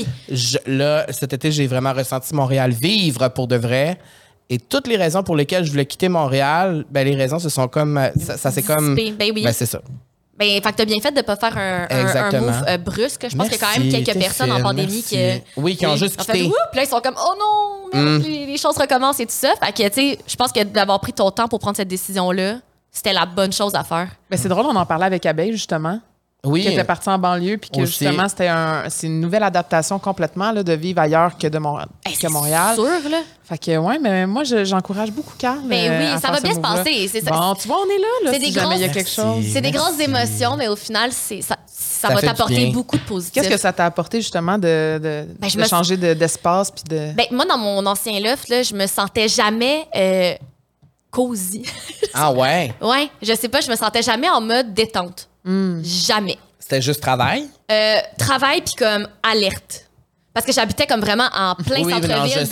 là, cet été, j'ai vraiment ressenti Montréal vivre pour de vrai. Et toutes les raisons pour lesquelles je voulais quitter Montréal, ben les raisons, ce sont comme... Ça c'est comme... Ben oui. Ben c'est ça. Ben, fait que t'as bien fait de pas faire un move brusque. Je pense qu'il y a quand même quelques personnes en pandémie qui ont juste quitté. Puis là, ils sont comme, oh non, merde, les choses recommencent et tout ça. Fait que, tu sais, je pense que d'avoir pris ton temps pour prendre cette décision-là, c'était la bonne chose à faire. Ben, c'est drôle, on en parlait avec Abeille, justement. Oui. Qui était partie en banlieue, puis que aussi. justement, c'est une nouvelle adaptation complètement là, de vivre ailleurs que Montréal. C'est sûr, là. Fait que, ouais, mais moi, j'encourage beaucoup Carl. Ben oui, ça va bien se passer. C'est ça. Bon, tu vois, on est là si jamais il y a quelque chose. C'est des grosses émotions, mais au final, ça va t'apporter beaucoup de positif. Qu'est-ce que ça t'a apporté, justement, de changer d'espace? Puis de... Ben, moi, dans mon ancien loft, là, je me sentais jamais cosy. Ah ouais? Ouais, je sais pas, je me sentais jamais en mode détente. Jamais. C'était juste travail? Travail puis comme alerte. Parce que j'habitais comme vraiment en plein centre-ville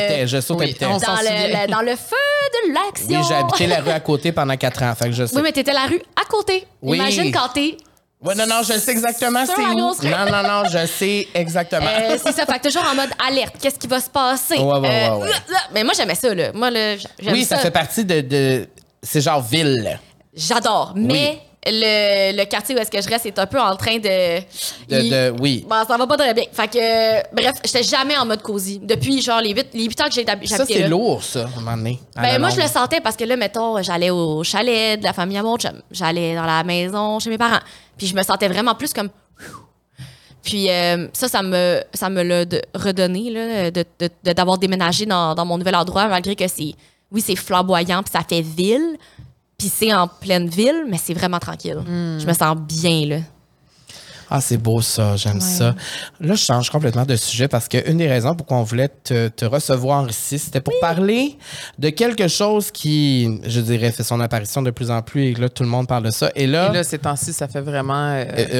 dans le feu de l'action. Oui, j'ai habité la rue à côté pendant 4 ans, fait que je sais. Oui, mais t'étais la rue à côté. Oui. Imagine quand t'es... Ouais, non, je sais exactement c'est où. Non, je sais exactement. C'est ça, fait que toujours en mode alerte. Qu'est-ce qui va se passer? Ouais. Mais moi, j'aimais ça, là. Moi, là, j'aime ça fait partie de... C'est genre ville. J'adore, mais... Le quartier où est-ce que je reste est un peu en train de oui. Bon, ça va pas très bien. Fait que, bref, j'étais jamais en mode cosy. Depuis, genre, les 8 ans que j'ai habité là. Ça, c'est lourd, ça, à un moment donné. Ben, moi, je le sentais parce que là, mettons, j'allais au chalet de la famille à mon chum. J'allais dans la maison chez mes parents. Puis je me sentais vraiment plus comme... Puis ça me l'a redonné, là, d'avoir déménagé dans mon nouvel endroit, malgré que c'est flamboyant puis ça fait ville. Puis c'est en pleine ville, mais c'est vraiment tranquille. Je me sens bien, là. Ah, c'est beau ça, j'aime ça. Là, je change complètement de sujet parce qu'une des raisons pourquoi on voulait te recevoir ici, c'était pour parler de quelque chose qui, je dirais, fait son apparition de plus en plus et que là, tout le monde parle de ça. Et là, ces temps-ci, ça fait vraiment...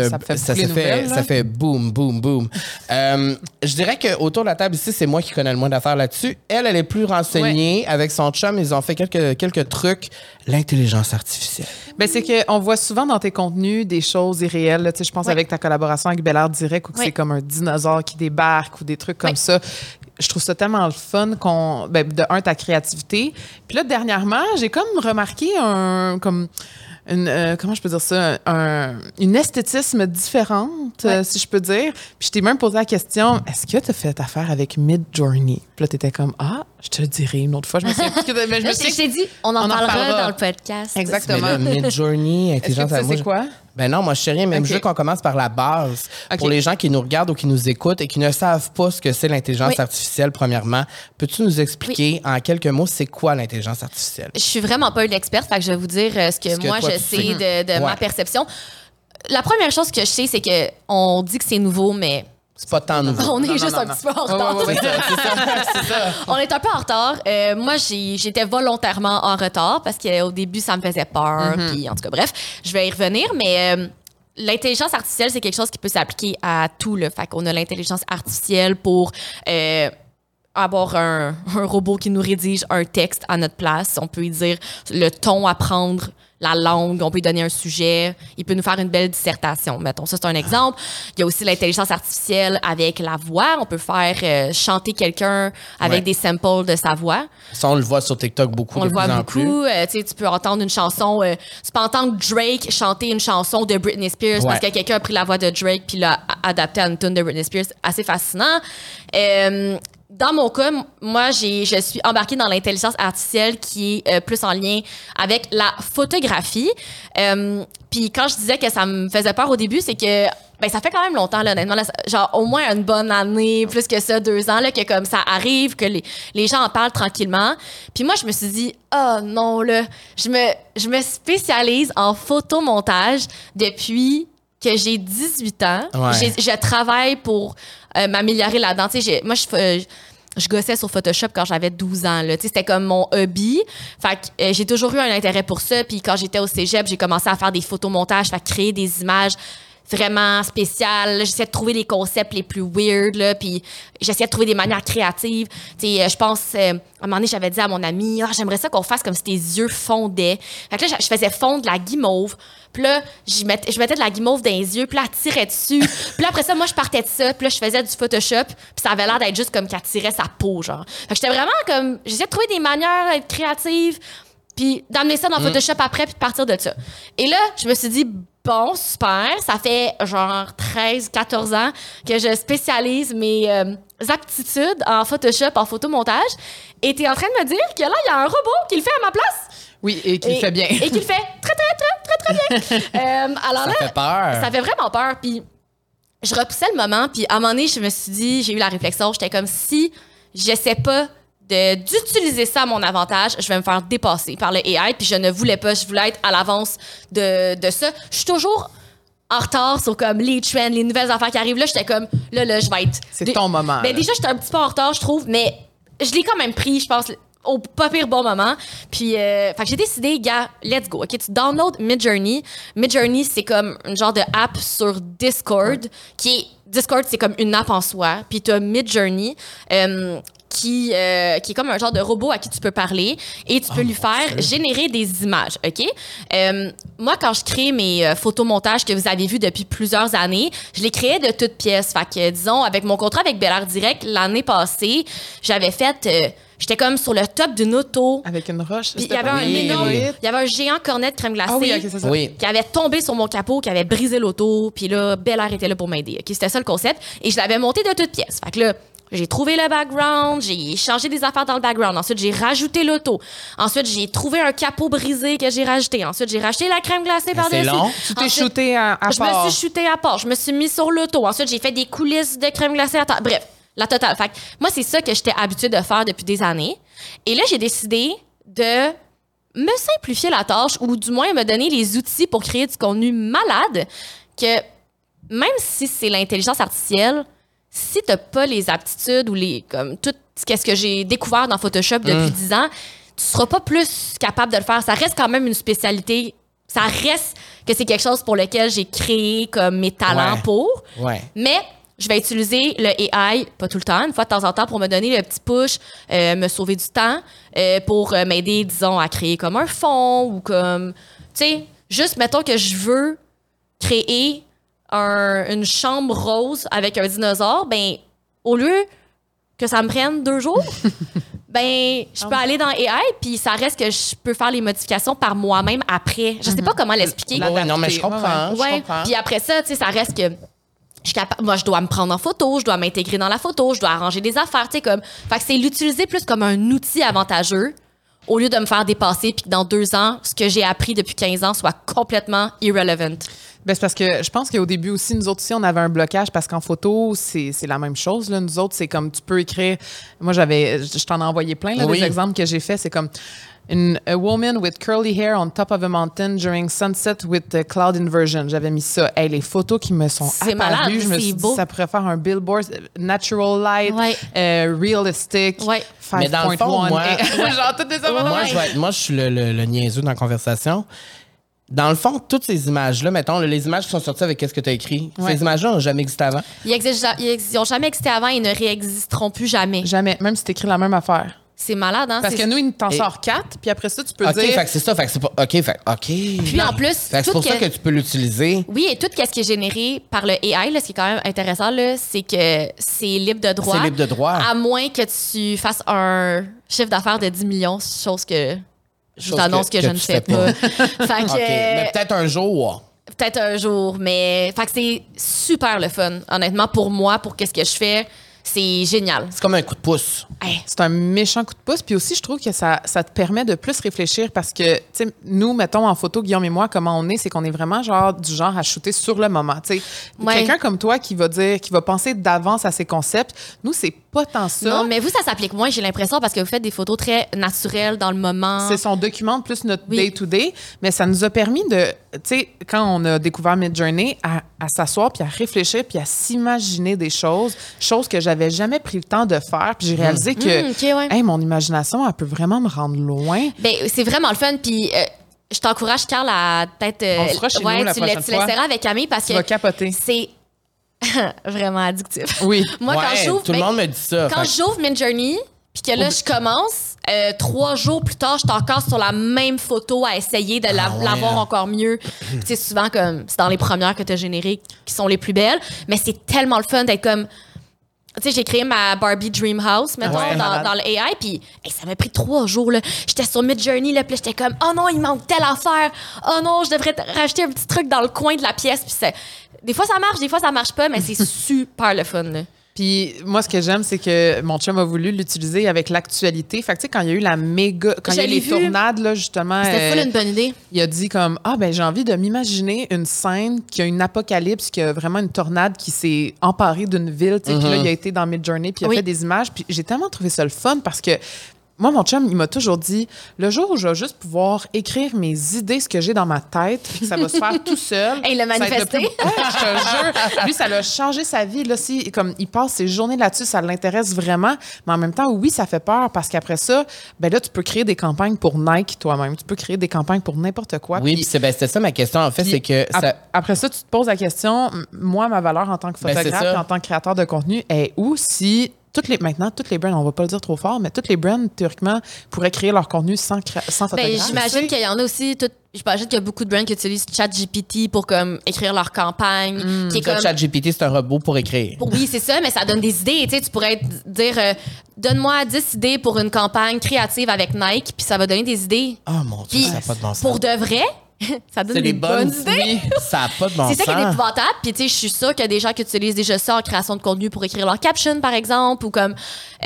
ça fait boum, boum, boum. Je dirais qu'autour de la table ici, c'est moi qui connais le moins d'affaires là-dessus. Elle est plus renseignée. Avec son chum, ils ont fait quelques trucs. L'intelligence artificielle. Ben, c'est qu'on voit souvent dans tes contenus des choses irréelles. Tu sais, je pense avec ta collaboration avec Bel Air Direct, ou que c'est comme un dinosaure qui débarque ou des trucs comme ça. Je trouve ça tellement le fun ta créativité. Puis là, dernièrement, j'ai comme remarqué comment je peux dire ça, une esthétisme différente, si je peux dire. Puis je t'ai même posé la question, est-ce que tu as fait affaire avec Midjourney? Puis là, tu étais comme, je te le dirai une autre fois. Je me souviens plus je t'ai dit, on en parlera dans le podcast. Exactement. Midjourney, intelligence artificielle. C'est quoi? Ben non, moi, je sais rien, mais je veux qu'on commence par la base. Okay. Pour les gens qui nous regardent ou qui nous écoutent et qui ne savent pas ce que c'est l'intelligence artificielle, premièrement, peux-tu nous expliquer en quelques mots c'est quoi l'intelligence artificielle? Je suis vraiment pas une experte, fait que je vais vous dire ce que moi, je sais de ma perception. La première chose que je sais, c'est qu'on dit que c'est nouveau, mais... C'est pas tant nouveau. On est juste un petit peu en retard. C'est ça. On est un peu en retard. Moi, j'étais volontairement en retard parce qu'au début, ça me faisait peur. Puis, en tout cas, bref, je vais y revenir. Mais l'intelligence artificielle, c'est quelque chose qui peut s'appliquer à tout. Là. Fait qu'on a l'intelligence artificielle pour avoir un robot qui nous rédige un texte à notre place. On peut lui dire le ton à prendre, la langue, on peut lui donner un sujet, il peut nous faire une belle dissertation. Mettons, ça, c'est un exemple. Il y a aussi l'intelligence artificielle avec la voix. On peut faire chanter quelqu'un avec des samples de sa voix. Ça, on le voit sur TikTok beaucoup. On le voit beaucoup. Tu peux entendre une chanson, tu peux entendre Drake chanter une chanson de Britney Spears parce que quelqu'un a pris la voix de Drake puis l'a adapté à une tune de Britney Spears. Assez fascinant. Dans mon cas, moi, je suis embarquée dans l'intelligence artificielle qui est plus en lien avec la photographie. Puis quand je disais que ça me faisait peur au début, c'est que ça fait quand même longtemps, là, honnêtement. Là, genre au moins une bonne année, plus que ça, 2 ans, là, que comme ça arrive, que les gens en parlent tranquillement. Puis moi, je me suis dit, oh non, là, je me spécialise en photomontage depuis que j'ai 18 ans. Ouais. Je travaille pour m'améliorer là-dedans. Moi, je gossais sur Photoshop quand j'avais 12 ans. C'était comme mon hobby. Fait que j'ai toujours eu un intérêt pour ça. Puis quand j'étais au cégep, j'ai commencé à faire des photomontages, à créer des images vraiment spéciales. J'essayais de trouver les concepts les plus weird, là, puis j'essayais de trouver des manières créatives. Je pense, à un moment donné, j'avais dit à mon ami, j'aimerais ça qu'on fasse comme si tes yeux fondaient. Fait que là, je faisais fondre de la guimauve. Puis là, je mettais de la guimauve dans les yeux, puis là, elle tirait dessus. Puis là, après ça, moi, je partais de ça, puis là, je faisais du Photoshop, puis ça avait l'air d'être juste comme qu'elle tirait sa peau, genre. Fait que j'étais vraiment comme, j'essayais de trouver des manières d'être créative, puis d'amener ça dans Photoshop après, puis de partir de ça. Et là, je me suis dit, bon, super. Ça fait genre 13, 14 ans que je spécialise mes aptitudes en Photoshop, en photomontage. Et t'es en train de me dire que là, il y a un robot qui le fait à ma place? Oui, et qui le fait bien. Et qui le fait très bien. Alors Ça là, fait peur. ça fait vraiment peur. Puis je repoussais le moment. Puis à un moment donné, je me suis dit, j'ai eu la réflexion, j'étais comme si j'essaie pas d'utiliser ça à mon avantage, je vais me faire dépasser par le AI. Puis je ne voulais pas, je voulais être à l'avance de ça. Je suis toujours en retard sur comme les trends, les nouvelles affaires qui arrivent. Là, j'étais comme, là, je vais être... C'est ton moment. Ben, déjà, j'étais un petit peu en retard, je trouve, mais je l'ai quand même pris, je pense, au pas pire bon moment. Puis, fait que j'ai décidé, gars, let's go. OK, tu download Midjourney. Midjourney, c'est comme un genre de app sur Discord Discord, c'est comme une app en soi. Puis tu as Midjourney, qui est comme un genre de robot à qui tu peux parler et tu peux lui faire générer des images, OK? Moi, quand je crée mes photomontages que vous avez vus depuis plusieurs années, je les créais de toutes pièces. Fait que, disons, avec mon contrat avec Bel Air Direct, l'année passée, j'avais fait... j'étais comme sur le top d'une auto. Avec une roche. Il y avait un énorme... Il y avait un géant cornet de crème glacée qui avait tombé sur mon capot, qui avait brisé l'auto. Puis là, Bel Air était là pour m'aider. OK? C'était ça le concept. Et je l'avais monté de toutes pièces. Fait que là, j'ai trouvé le background, j'ai changé des affaires dans le background. Ensuite, j'ai rajouté l'auto. Ensuite, j'ai trouvé un capot brisé que j'ai rajouté. Ensuite, j'ai racheté la crème glacée par-dessus. C'est long. Tu t'es shooté à part. Je me suis shooté à part. Je me suis mis sur l'auto. Ensuite, j'ai fait des coulisses de crème glacée à terre. Bref, la totale. Fait que moi, c'est ça que j'étais habituée de faire depuis des années. Et là, j'ai décidé de me simplifier la tâche ou du moins me donner les outils pour créer du contenu malade que même si c'est l'intelligence artificielle, si t'as pas les aptitudes ou comme tout ce que j'ai découvert dans Photoshop depuis 10 ans, tu seras pas plus capable de le faire. Ça reste quand même une spécialité. Ça reste que c'est quelque chose pour lequel j'ai créé comme mes talents pour. Ouais. Mais je vais utiliser le AI, pas tout le temps, une fois de temps en temps, pour me donner le petit push, me sauver du temps, pour m'aider, disons, à créer comme un fond ou comme... Tu sais, juste, mettons que je veux créer une chambre rose avec un dinosaure, ben au lieu que ça me prenne 2 jours, ben je peux aller dans AI puis ça reste que je peux faire les modifications par moi-même après. Je sais pas comment l'expliquer. Ouais, non, mais je comprends. Ouais. Je comprends. Puis après ça, tu sais, ça reste que moi, je dois me prendre en photo, je dois m'intégrer dans la photo, je dois arranger des affaires, tu sais, comme... Fait que c'est l'utiliser plus comme un outil avantageux au lieu de me faire dépasser puis que dans 2 ans, ce que j'ai appris depuis 15 ans soit complètement irrelevant. Ben, c'est parce que je pense qu'au début aussi, nous autres aussi, on avait un blocage parce qu'en photo, c'est la même chose. Là. Nous autres, c'est comme tu peux écrire. Moi, je t'en ai envoyé plein, là, des exemples que j'ai faits. C'est comme a woman with curly hair on top of a mountain during sunset with cloud inversion. J'avais mis ça. Hey, les photos qui me sont apparues, malade, je me suis dit, ça pourrait faire un billboard. Natural light, realistic, 5.1. Mais dans le fond, moi, genre, toutes des moi, je suis le niaiseux dans la conversation. Dans le fond, toutes ces images-là, mettons, les images qui sont sorties avec qu'est-ce que tu as écrit, ces images-là n'ont jamais existé avant. Ils n'ont jamais existé avant et ne réexisteront plus jamais. Jamais, même si tu écris la même affaire. C'est malade, hein? Parce que nous, il t'en sort 4, puis après ça, tu peux dire... OK, fait que c'est ça, fait que c'est pas... OK, fait OK. Puis en plus... Fait que c'est pour ça que tu peux l'utiliser. Oui, et tout ce qui est généré par le AI, là, ce qui est quand même intéressant, là, c'est que c'est libre de droit. C'est libre de droit. À moins que tu fasses un chiffre d'affaires de 10 millions, chose que... Je vous annonce que je ne fais pas. Fait que, OK, mais peut-être un jour. Peut-être un jour, mais fait que c'est super le fun. Honnêtement, pour moi, pour qu'est-ce que je fais, c'est génial. C'est comme un coup de pouce. Hey. C'est un méchant coup de pouce. Puis aussi, je trouve que ça te permet de plus réfléchir parce que, tu sais, nous, mettons en photo, Guillaume et moi, comment on est, c'est qu'on est vraiment du genre à shooter sur le moment. Tu sais, quelqu'un comme toi qui va penser d'avance à ses concepts, nous, c'est pas tant ça. Non, mais vous, ça s'applique moins, j'ai l'impression, parce que vous faites des photos très naturelles dans le moment. C'est son document plus notre day-to-day, mais ça nous a permis de, tu sais, quand on a découvert Midjourney, à s'asseoir puis à réfléchir puis à s'imaginer des choses que j'avais jamais pris le temps de faire. Puis j'ai réalisé que hey, mon imagination, elle peut vraiment me rendre loin. Ben, c'est vraiment le fun. Puis je t'encourage, Carl, à peut-être... on sera chez nous la prochaine tu l'essaieras avec Camille parce tu que... vas capoter. C'est vraiment addictif. Oui. Moi, quand j'ouvre... tout le monde me dit ça. Quand j'ouvre Midjourney, puis que là, je commence, 3 jours plus tard, je suis encore sur la même photo à essayer de l'avoir encore mieux. C'est souvent comme... C'est dans les premières que tu as générées qui sont les plus belles. Mais c'est tellement le fun d'être comme... sais, j'ai créé ma Barbie Dream House, mettons, dans le AI, puis ça m'a pris 3 jours, là. J'étais sur Midjourney, là, puis j'étais comme, oh non, il manque telle affaire. Oh non, je devrais racheter un petit truc dans le coin de la pièce. Puis des fois, ça marche, des fois, ça marche pas, mais c'est super le fun, là. Puis moi, ce que j'aime, c'est que mon chum a voulu l'utiliser avec l'actualité. Fait que, tu sais, quand il y a eu quand il y a eu les tornades, là, justement... C'était full une bonne idée. Il a dit comme, j'ai envie de m'imaginer une scène qui a une apocalypse, qui a vraiment une tornade qui s'est emparée d'une ville, tu sais. Puis là, il a été dans Midjourney, puis il a fait des images. Puis j'ai tellement trouvé ça le fun parce que moi, mon chum, il m'a toujours dit, le jour où je vais juste pouvoir écrire mes idées, ce que j'ai dans ma tête, puis que ça va se faire tout seul. Et il l'a manifesté. Je te jure. Lui, ça l'a changé sa vie. Là, comme il passe ses journées là-dessus, ça l'intéresse vraiment. Mais en même temps, oui, ça fait peur parce qu'après ça, là, tu peux créer des campagnes pour Nike toi-même. Tu peux créer des campagnes pour n'importe quoi. Oui, puis c'était ça ma question. En fait, c'est que... Après ça, tu te poses la question, moi, ma valeur en tant que photographe et en tant que créateur de contenu est où si... Maintenant, toutes les brands, on va pas le dire trop fort, mais toutes les brands, théoriquement, pourraient créer leur contenu sans photographe. J'imagine qu'il y en a aussi... J'imagine qu'il y a beaucoup de brands qui utilisent ChatGPT pour comme écrire leur campagne. ChatGPT, c'est un robot pour écrire. Oui, c'est ça, mais ça donne des idées. Tu pourrais dire donne-moi 10 idées pour une campagne créative avec Nike, puis ça va donner des idées. Oh mon Dieu, ça n'a pas de bon sens. Pour de vrai, ça donne des bonnes idées. Ça n'a pas de bon sens. C'est ça qui est épouvantable. Puis, tu sais, je suis sûre qu'il y a des gens qui utilisent déjà ça en création de contenu pour écrire leur caption, par exemple, ou comme.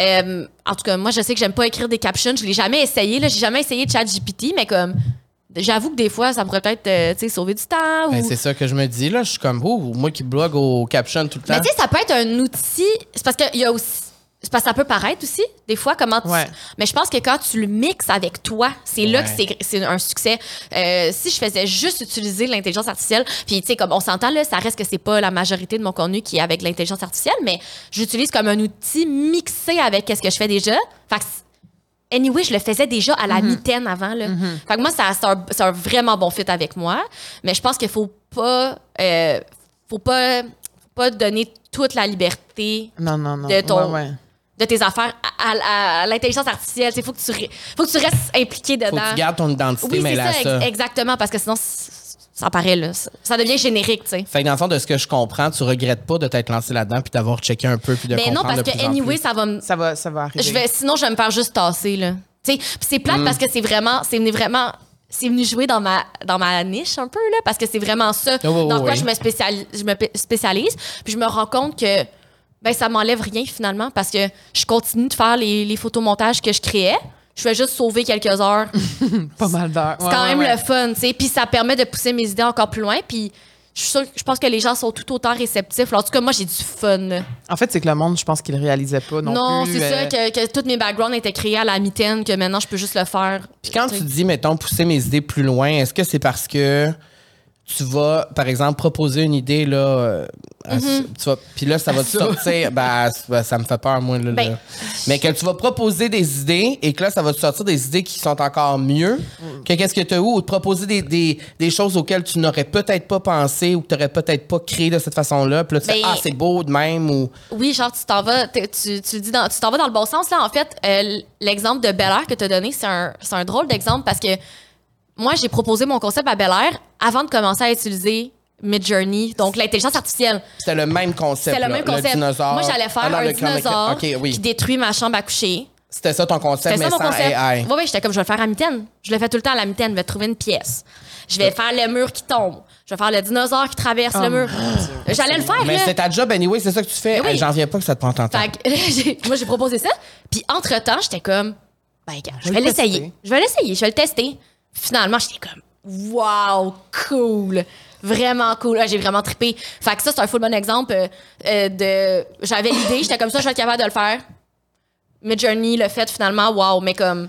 En tout cas, moi, je sais que j'aime pas écrire des captions. Je l'ai jamais essayé. Là, j'ai jamais essayé ChatGPT, mais comme. J'avoue que des fois, ça pourrait peut-être sauver du temps. C'est ça que je me dis. Là, je suis comme, moi qui blogue au caption tout le temps. Mais tu sais, ça peut être un outil. C'est parce qu'il y a aussi. C'est parce que ça peut paraître aussi, des fois, comment tu... Mais je pense que quand tu le mixes avec toi, c'est là que c'est un succès. Si je faisais juste utiliser l'intelligence artificielle, puis tu sais, comme on s'entend, là, ça reste que c'est pas la majorité de mon contenu qui est avec l'intelligence artificielle, mais j'utilise comme un outil mixé avec ce que je fais déjà. Fait que, anyway, je le faisais déjà à la mitaine avant, là. Fait que moi, c'est un vraiment bon fit avec moi, mais je pense qu'il faut pas donner toute la liberté de ton... de tes affaires à l'intelligence artificielle. Il faut que tu restes impliqué dedans. Faut que tu gardes ton identité, mais là, ça. Exactement, parce que sinon, ça paraît, là. Ça devient générique, tu sais. Fait que dans le fond, de ce que je comprends, tu regrettes pas de t'être lancé là-dedans puis d'avoir checké un peu puis de comprendre. Mais non, parce que anyway, ça va arriver. Sinon, je vais me faire juste tasser, là. Tu sais, c'est plate parce que c'est venu jouer dans ma niche un peu, là, parce que c'est vraiment ça dans quoi je me spécialise. Puis je me rends compte que ça m'enlève rien finalement parce que je continue de faire les photomontages que je créais. Je fais juste sauver quelques heures. Pas mal d'heures. C'est quand même le fun, tu sais. Puis ça permet de pousser mes idées encore plus loin. Puis je pense que les gens sont tout autant réceptifs. Alors, en tout cas, moi, j'ai du fun. Là. En fait, c'est que le monde, je pense qu'il ne réalisait pas non plus. Non, c'est ça, que tous mes backgrounds étaient créés à la mitaine, que maintenant, je peux juste le faire. Puis quand tu dis, mettons, pousser mes idées plus loin, est-ce que c'est parce que tu vas, par exemple, proposer une idée, là, puis là, ça va te sortir, ça me fait peur, moi, là, mais que tu vas proposer des idées et que là, ça va te sortir des idées qui sont encore mieux que qu'est-ce que tu as eu, ou te proposer des choses auxquelles tu n'aurais peut-être pas pensé ou que tu n'aurais peut-être pas créé de cette façon-là, puis là, tu fais, c'est beau de même, ou... Oui, genre, tu t'en vas dans le bon sens, là, en fait, l'exemple de Bel Air que tu as donné, c'est un drôle d'exemple parce que moi, j'ai proposé mon concept à Bel Air avant de commencer à utiliser Midjourney, donc l'intelligence artificielle. C'était le même concept. C'était le même concept. Le dinosaure. Moi, j'allais faire un dinosaure qui détruit ma chambre à coucher. C'était ça ton concept, mais sans AI. Oui, j'étais comme, je vais le faire à la mitaine. Je le fais tout le temps à la mitaine. Je vais trouver une pièce. Je vais faire le mur qui tombe. Je vais faire le dinosaure qui traverse le mur. J'allais le faire, mais c'est ta job, anyway, c'est ça que tu fais. Oui. J'en viens pas que ça te prend tant de temps. Moi, j'ai proposé ça. Puis, entre-temps, j'étais comme, je vais l'essayer. Je vais le tester. Finalement, j'étais comme, wow, cool. Vraiment cool. J'ai vraiment trippé. Fait que ça, c'est un full bon exemple j'avais l'idée, j'étais comme ça, je vais être capable de le faire. Midjourney le fait finalement, wow,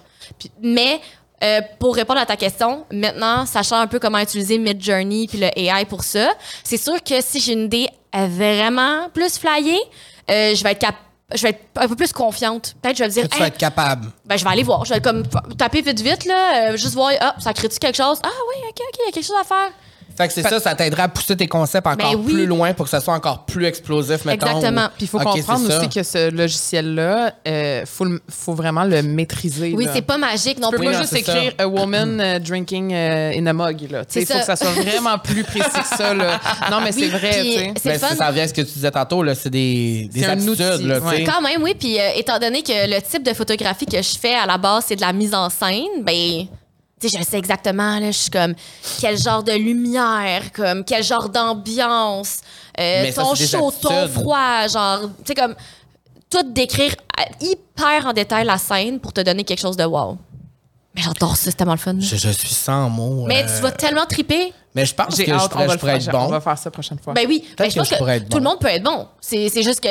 mais pour répondre à ta question, maintenant, sachant un peu comment utiliser Midjourney puis le AI pour ça, c'est sûr que si j'ai une idée vraiment plus flyée, je vais être un peu plus confiante. Peut-être je vais dire... Tu vas être capable. Je vais aller voir. Je vais comme taper vite, là, juste voir, ça crée-tu quelque chose? Ah oui, OK, il y a quelque chose à faire. Fait que c'est ça t'aidera à pousser tes concepts encore plus loin pour que ça soit encore plus explosif, mettons. Exactement. Puis il faut comprendre aussi que ce logiciel-là, faut vraiment le maîtriser. Oui, là. c'est pas magique non plus. Tu peux plus. pas juste écrire « a woman drinking in a mug ». Il faut que ça soit vraiment plus précis que ça. Là. Non, mais c'est vrai. Ça revient à ce que tu disais tantôt, là, c'est des attitudes. Là, quand même, oui. Puis étant donné que le type de photographie que je fais à la base, c'est de la mise en scène, ben... Tu sais, je sais exactement, là, je suis comme, quel genre de lumière, comme, quel genre d'ambiance, ton chaud, ton froid, genre, tu sais, comme, tout décrire hyper en détail la scène pour te donner quelque chose de wow. Mais j'adore ça, c'est tellement le fun. Je suis sans mots. Mais tu vas tellement triper. Mais je pense que je pourrais être bon. On va faire ça la prochaine fois. Ben oui, je pense que tout le monde peut être bon. C'est juste que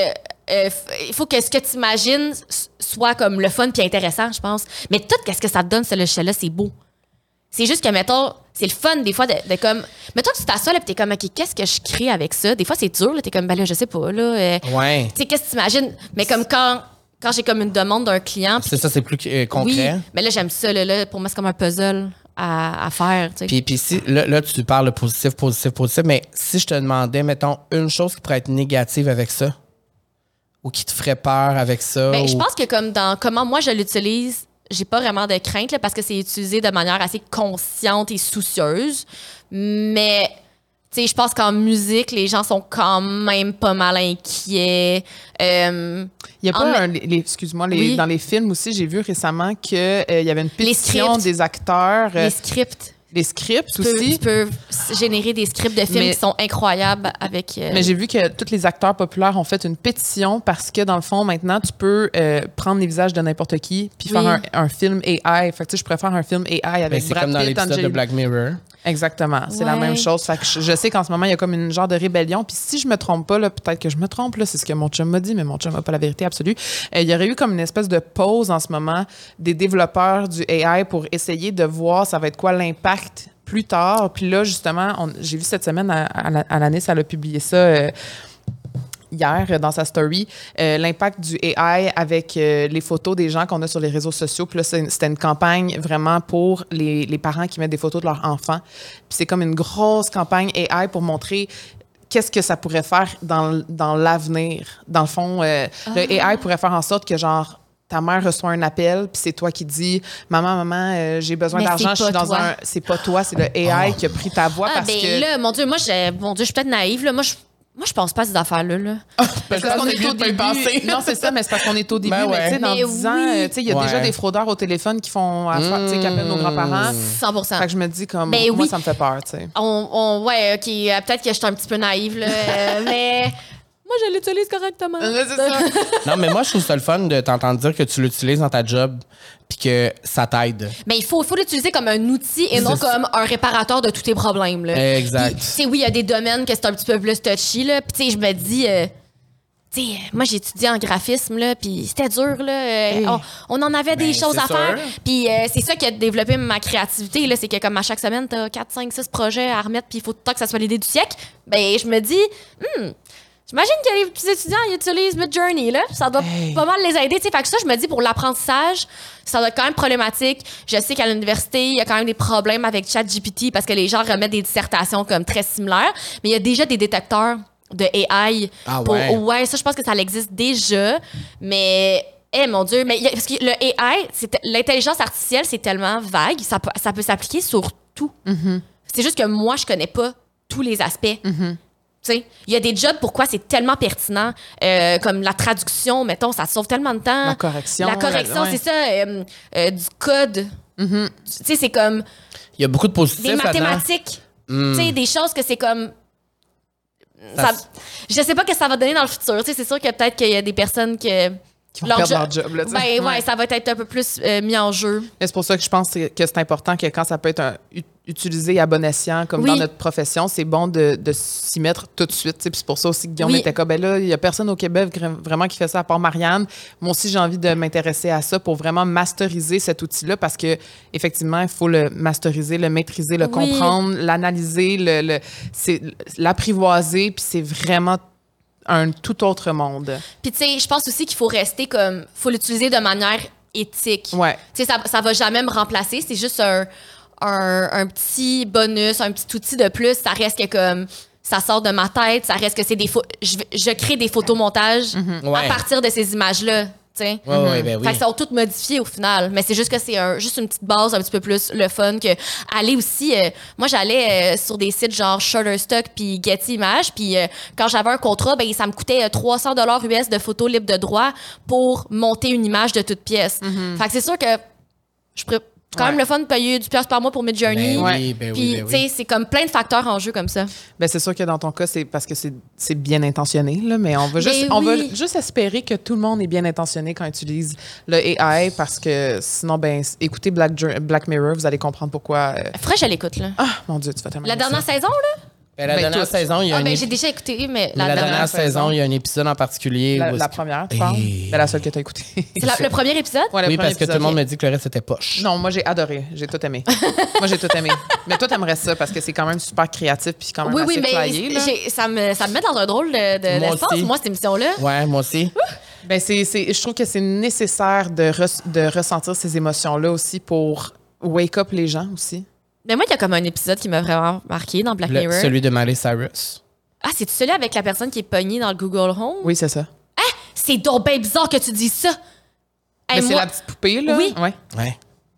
il faut que ce que tu imagines soit comme le fun puis intéressant, je pense. Mais tout, qu'est-ce que ça te donne, ce logiciel-là, c'est beau. C'est juste que, mettons, c'est le fun, des fois, de comme... Mettons que tu t'assois, là, pis t'es comme, OK, qu'est-ce que je crée avec ça? Des fois, c'est dur, là, t'es comme, ben là, je sais pas, là. Ouais. Tu sais, qu'est-ce que tu imagines? Mais comme quand j'ai comme une demande d'un client... C'est ça, c'est plus concret. Oui, mais là, j'aime ça, là. Pour moi, c'est comme un puzzle à faire, tu sais. Puis si, là, tu parles de positif, mais si je te demandais, mettons, une chose qui pourrait être négative avec ça, ou qui te ferait peur avec ça... Ben, je pense que comme dans comment moi, je l'utilise... J'ai pas vraiment de crainte là, parce que c'est utilisé de manière assez consciente et soucieuse. Mais, tu sais, je pense qu'en musique, les gens sont quand même pas mal inquiets. Il y a pas excuse-moi, dans les films aussi, j'ai vu récemment qu'il y avait une pétition des acteurs. Les scripts. Les scripts aussi. Tu peux générer des scripts de films qui sont incroyables avec... Mais j'ai vu que tous les acteurs populaires ont fait une pétition parce que, dans le fond, maintenant, tu peux prendre les visages de n'importe qui puis faire un film AI. Fait que, tu sais, je préfère un film AI avec Brad Pitt. C'est comme dans l'épisode de Black Mirror. Exactement. C'est la même chose. Fait que je sais qu'en ce moment, il y a comme une genre de rébellion. Puis si je me trompe pas, là, peut-être que je me trompe, là, c'est ce que mon chum m'a dit, mais mon chum n'a pas la vérité absolue. Il y aurait eu comme une espèce de pause en ce moment des développeurs du AI pour essayer de voir ça va être quoi l'impact plus tard. Puis là, justement, j'ai vu cette semaine, à l'année, ça a publié ça hier dans sa story, l'impact du AI avec les photos des gens qu'on a sur les réseaux sociaux. Puis là, c'était une campagne vraiment pour les parents qui mettent des photos de leurs enfants. Puis c'est comme une grosse campagne AI pour montrer qu'est-ce que ça pourrait faire dans l'avenir. Dans le fond, le AI pourrait faire en sorte que, genre, ta mère reçoit un appel, puis c'est toi qui dis « Maman, j'ai besoin d'argent, je suis dans un... » C'est pas toi, c'est le AI qui a pris ta voix parce que... là, mon Dieu, je suis peut-être naïve, là. Moi, je pense pas à ces affaires-là. Parce qu'on est au début. Non, c'est ça, mais c'est parce qu'on est au début. Mais tu sais, dans 10 ans, il y a déjà des fraudeurs au téléphone qui font affaire, qui appellent nos grands-parents. 100%. Fait que je me dis, comme, moi, ça me fait peur, tu sais. Ouais, OK, peut-être que je suis un petit peu naïve, là, mais... Moi, je l'utilise correctement. C'est ça. Non, mais moi, je trouve ça le fun de t'entendre dire que tu l'utilises dans ta job puis que ça t'aide. Mais il faut l'utiliser comme un outil et non comme un réparateur de tous tes problèmes. Là. Exact. Tu sais, oui, il y a des domaines que c'est un petit peu plus touchy. Puis, tu sais, je me dis... tu sais, moi, j'ai étudié en graphisme, là, puis c'était dur, là. On en avait des choses à faire. Puis c'est ça qui a développé ma créativité, là. C'est que, comme à chaque semaine, t'as 4, 5, 6 projets à remettre, puis il faut tout le temps que ça soit l'idée du siècle. Ben, je me dis... J'imagine que les petits étudiants ils utilisent Midjourney, là. Ça doit pas mal les aider. Fait que ça, je me dis, pour l'apprentissage, ça doit être quand même problématique. Je sais qu'à l'université, il y a quand même des problèmes avec ChatGPT parce que les gens remettent des dissertations comme très similaires. Mais il y a déjà des détecteurs de AI. Ouais, ça, je pense que ça existe déjà. Mais... mon Dieu, mais parce que le AI, l'intelligence artificielle, c'est tellement vague, ça peut s'appliquer sur tout. Mm-hmm. C'est juste que moi, je connais pas tous les aspects. Mm-hmm. Il y a des jobs pourquoi c'est tellement pertinent, comme la traduction, mettons, ça sauve tellement de temps. La correction, c'est ça, du code. Mm-hmm. Tu sais, c'est comme... Il y a beaucoup de positifs des mathématiques. Tu sais, des choses que c'est comme... je sais pas ce que ça va donner dans le futur. Tu sais, c'est sûr que peut-être qu'il y a des personnes qui vont perdre leur job. Là, ouais, ça va être un peu plus mis en jeu. Mais c'est pour ça que je pense que c'est important que quand ça peut être utilisé à bon escient, comme dans notre profession, c'est bon de s'y mettre tout de suite. Puis c'est pour ça aussi que Guillaume était comme, ben là, il n'y a personne au Québec vraiment qui fait ça à part Marianne. Moi aussi, j'ai envie de m'intéresser à ça pour vraiment masteriser cet outil-là parce que effectivement, il faut le masteriser, le maîtriser, le comprendre, l'analyser, l'apprivoiser, puis c'est vraiment un tout autre monde. Puis tu sais, je pense aussi qu'il faut rester comme... faut l'utiliser de manière éthique. Ouais. Tu sais, ça va jamais me remplacer. C'est juste un petit bonus, un petit outil de plus, ça reste que comme ça sort de ma tête, ça reste que c'est des je crée des photomontages à partir de ces images-là. Ben oui. Fait que ça va tout modifié au final. Mais c'est juste que c'est juste une petite base un petit peu plus le fun que aller aussi. Moi, j'allais sur des sites genre Shutterstock puis Getty Images. Puis quand j'avais un contrat, ben ça me coûtait $300 US de photos libres de droit pour monter une image de toute pièce. Fait que c'est sûr que je pourrais quand même le fun de payer du pièce par mois pour Midjourney. Puis, tu sais, c'est comme plein de facteurs en jeu comme ça. Ben, c'est sûr que dans ton cas, c'est parce que c'est bien intentionné, là, mais on va juste espérer que tout le monde est bien intentionné quand on utilise le AI parce que sinon, ben, écoutez Black Mirror, vous allez comprendre pourquoi. Faudrait que je l'écoute, là. Ah, mon Dieu, tu vas tellement. La dernière saison, là? La dernière saison, il y a j'ai déjà écouté, mais la dernière saison, il y a un épisode en particulier. La première, tu parles? Ben, la seule que tu as écoutée. C'est le premier épisode? Ouais, oui, parce que tout le monde me dit que le reste était poche. Non, moi, j'ai adoré. J'ai tout aimé. Moi, j'ai tout aimé. Mais toi, t'aimerais ça parce que c'est quand même super créatif puis quand même assez playé. Oui, mais ça me met dans un drôle d'espace, moi, cette émission-là. Ouais, moi aussi. Ben, je trouve que c'est nécessaire de ressentir ces émotions-là aussi pour wake up les gens aussi. Mais moi, il y a comme un épisode qui m'a vraiment marqué dans Black Mirror. Celui de Miley Cyrus. Ah, c'est-tu celui avec la personne qui est pognée dans le Google Home? Oui, c'est ça. Ah, c'est donc bien bizarre que tu dises ça. Mais c'est la petite poupée, là? Oui. Ouais.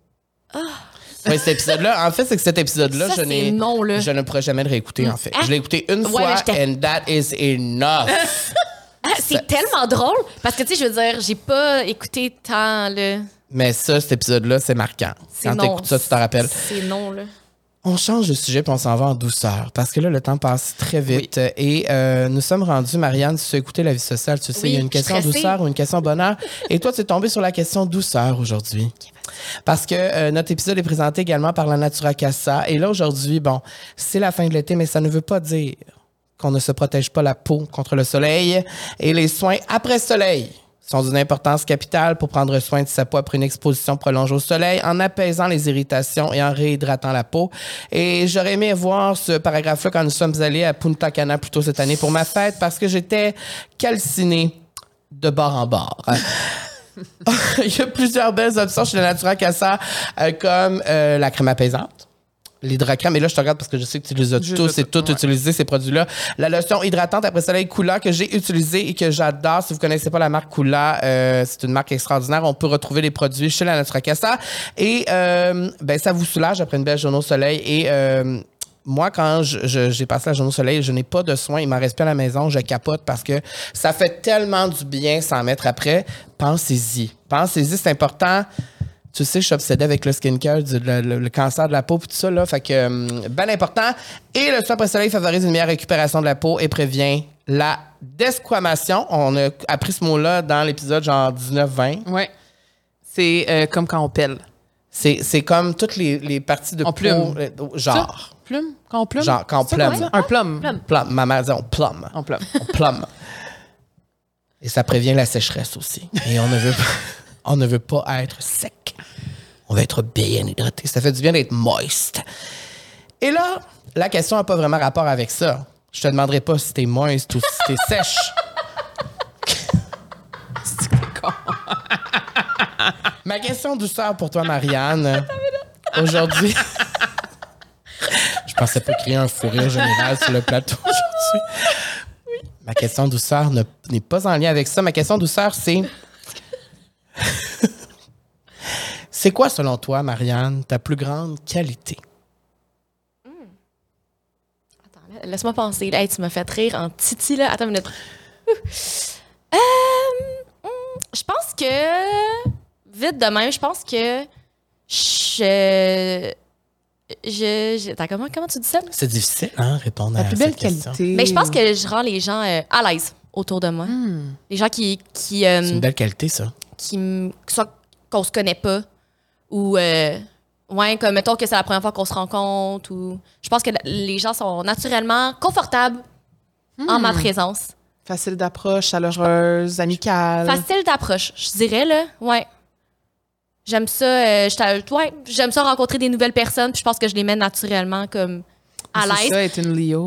Oui, cet épisode-là, en fait, c'est que cet épisode-là, ça, je ne pourrais jamais le réécouter, en fait. Je l'ai écouté une fois, and that is enough. C'est tellement drôle, parce que, tu sais, je veux dire, j'ai pas écouté tant le... Mais ça, cet épisode-là, c'est marquant. Quand t'écoutes ça, tu t'en rappelles. C'est non, là. On change de sujet puis on s'en va en douceur. Parce que là, le temps passe très vite. Oui. Et nous sommes rendus, Marianne, si tu as écouté la vie sociale, tu sais, il y a une question douceur ou une question bonheur. Et toi, tu es tombée sur la question douceur aujourd'hui. Parce que notre épisode est présenté également par la Natura Casa. Et là, aujourd'hui, bon, c'est la fin de l'été, mais ça ne veut pas dire qu'on ne se protège pas la peau contre le soleil. Et les soins après soleil sont d'une importance capitale pour prendre soin de sa peau après une exposition prolongée au soleil, en apaisant les irritations et en réhydratant la peau. Et j'aurais aimé voir ce paragraphe-là quand nous sommes allés à Punta Cana plus tôt cette année pour ma fête parce que j'étais calcinée de bord en bord. Il y a plusieurs belles options chez la Natura Casa comme la crème apaisante. L'hydrocrème, et là, je te regarde parce que je sais que tu les as tous et toutes utilisés, ces produits-là. La lotion hydratante après soleil Coola que j'ai utilisée et que j'adore. Si vous connaissez pas la marque Coola, c'est une marque extraordinaire. On peut retrouver les produits chez la Natura Casa. Et ben, ça vous soulage après une belle journée au soleil. Et moi, quand j'ai passé la journée au soleil, je n'ai pas de soins. Il m'en reste plus à la maison. Je capote parce que ça fait tellement du bien s'en mettre après. Pensez-y. Pensez-y, c'est important. Tu sais, je suis obsédée avec le skincare, le cancer de la peau et tout ça, là. Fait que, ben important. Et le soin après soleil favorise une meilleure récupération de la peau et prévient la desquamation. On a appris ce mot-là dans l'épisode genre 19-20. Oui. C'est comme quand on pèle. C'est comme toutes les parties de on peau. Plume. Genre. Ça? Plume? Quand on plume? Genre, quand on plume. Un plume. Plume. Ma mère dit on plume. On plume. On plume. Et ça prévient la sécheresse aussi. Et on ne veut pas être sec. On veut être bien hydraté. Ça fait du bien d'être moist. Et là, la question n'a pas vraiment rapport avec ça. Je te demanderai pas si t'es moist ou si t'es sèche. C'est con. Ma question douceur pour toi, Marianne. Aujourd'hui... Je pensais pas créer un fou rire général sur le plateau aujourd'hui. Oui. Ma question douceur n'est pas en lien avec ça. Ma question douceur, c'est... C'est quoi, selon toi, Marianne, ta plus grande qualité? Attends, laisse-moi penser. Hey, tu m'as fait rire en titi, là. Attends une minute. Je pense que... Vite de même, je pense que... Attends, comment tu dis ça? C'est difficile, hein, répondre à cette question. La plus belle qualité. Mais je pense que je rends les gens à l'aise autour de moi. Les gens qui c'est une belle qualité, ça. Soit qu'on se connaît pas, ou ouais, comme mettons que c'est la première fois qu'on se rencontre, ou je pense que les gens sont naturellement confortables en ma présence. Facile d'approche, chaleureuse, amicale. Facile d'approche, je dirais, là, ouais. J'aime ça, j'aime ça rencontrer des nouvelles personnes, puis je pense que je les mets naturellement comme à l'aise. C'est ça, être une Leo. Hein.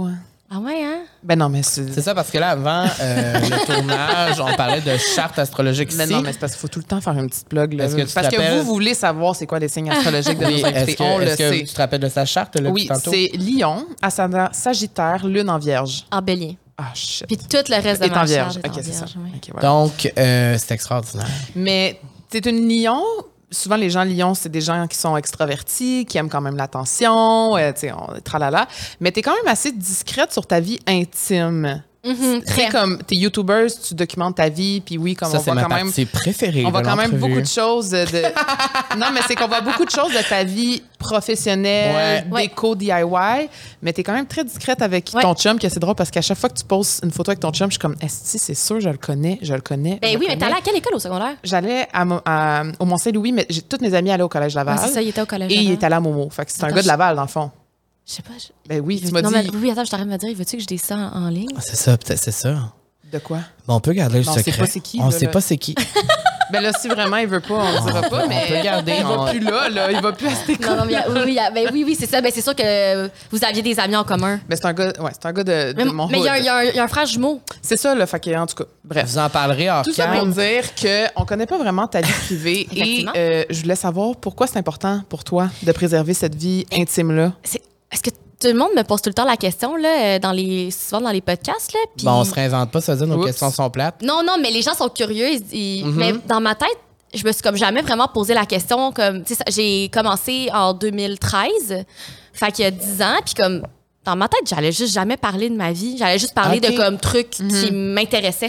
Ah ouais, hein? Ben non, mais C'est ça, parce que là, avant le tournage, on parlait de charte astrologique ici. Mais non, mais c'est parce qu'il faut tout le temps faire une petite plug. Là. Est-ce que tu te Parce que rappelles- vous voulez savoir c'est quoi les signes astrologiques de Oui, nos invités. On le est-ce que sait. tu te rappelles de sa charte, là, Oui, tantôt? c'est Lion, ascendant Sagittaire, Lune en Vierge. En bélier. Ah, shit. Puis tout le reste de Est en ma Vierge. charge est en OK, c'est ça. Vierge, oui. OK, voilà. Donc, c'est extraordinaire. Mais t'es une Lion. Souvent, les gens Lion, c'est des gens qui sont extravertis, qui aiment quand même l'attention, tu sais, tralala. Mais t'es quand même assez discrète sur ta vie intime. Mhm, Tu sais, très. comme t'es YouTubers, tu documentes ta vie, puis oui, comme Ça, on c'est voit ma quand même... partie préférée On voit de quand même l'entrevue. beaucoup de choses de... Non, mais c'est qu'on voit beaucoup de choses de ta vie professionnelle, Ouais. déco, DIY, mais t'es quand même très discrète avec Ouais. ton chum, que c'est drôle parce qu'à chaque fois que tu poses une photo avec ton chum, je suis comme, esti, c'est sûr, je le connais. Ben je oui, mais le t'allais connais. à quelle école au secondaire? J'allais au Mont-Saint-Louis, mais toutes mes amies allaient au Collège Laval. Ah, c'est ça, il était au collège. Et il avant. est allé à Momo. Fait que c'est un Attends, gars de Laval, dans le fond. Je sais pas. Ben oui, tu m'as non, dit... mais oui, attends, je t'arrête de me dire, veux-tu que je dise ça en ligne? Ah, c'est ça, peut-être, c'est ça. De quoi? Bon, on peut garder le Non, on secret. sait pas c'est qui, On là, sait là. pas c'est qui. Ben là, si vraiment il veut pas, on le dira pas, mais on peut garder, il va on- plus là. Il va plus à cette école. Non, non, mais oui, c'est ça. Ben, c'est sûr que vous aviez des amis en commun. Ben, c'est un gars, c'est un gars de Mais mon il y, hood. y a un frère jumeau. C'est ça, là. Fait que, en tout cas, bref. Vous en parlerez hors Tout ça pour cam. dire qu'on connaît pas vraiment ta vie privée et Effectivement. je voulais savoir pourquoi c'est important pour toi de préserver cette vie intime-là. Est-ce que tout le monde me pose tout le temps la question, là, souvent dans les podcasts, là? Puis... Bon, on se réinvente pas, ça veut dire nos Oups. questions sont plates. Non, non, mais les gens sont curieux. Mais dans ma tête, je me suis comme jamais vraiment posé la question. Comme, tu sais, j'ai commencé en 2013, fait qu'il y a 10 ans, puis comme dans ma tête, j'allais juste jamais parler de ma vie. J'allais juste parler Ok. de comme trucs qui m'intéressaient.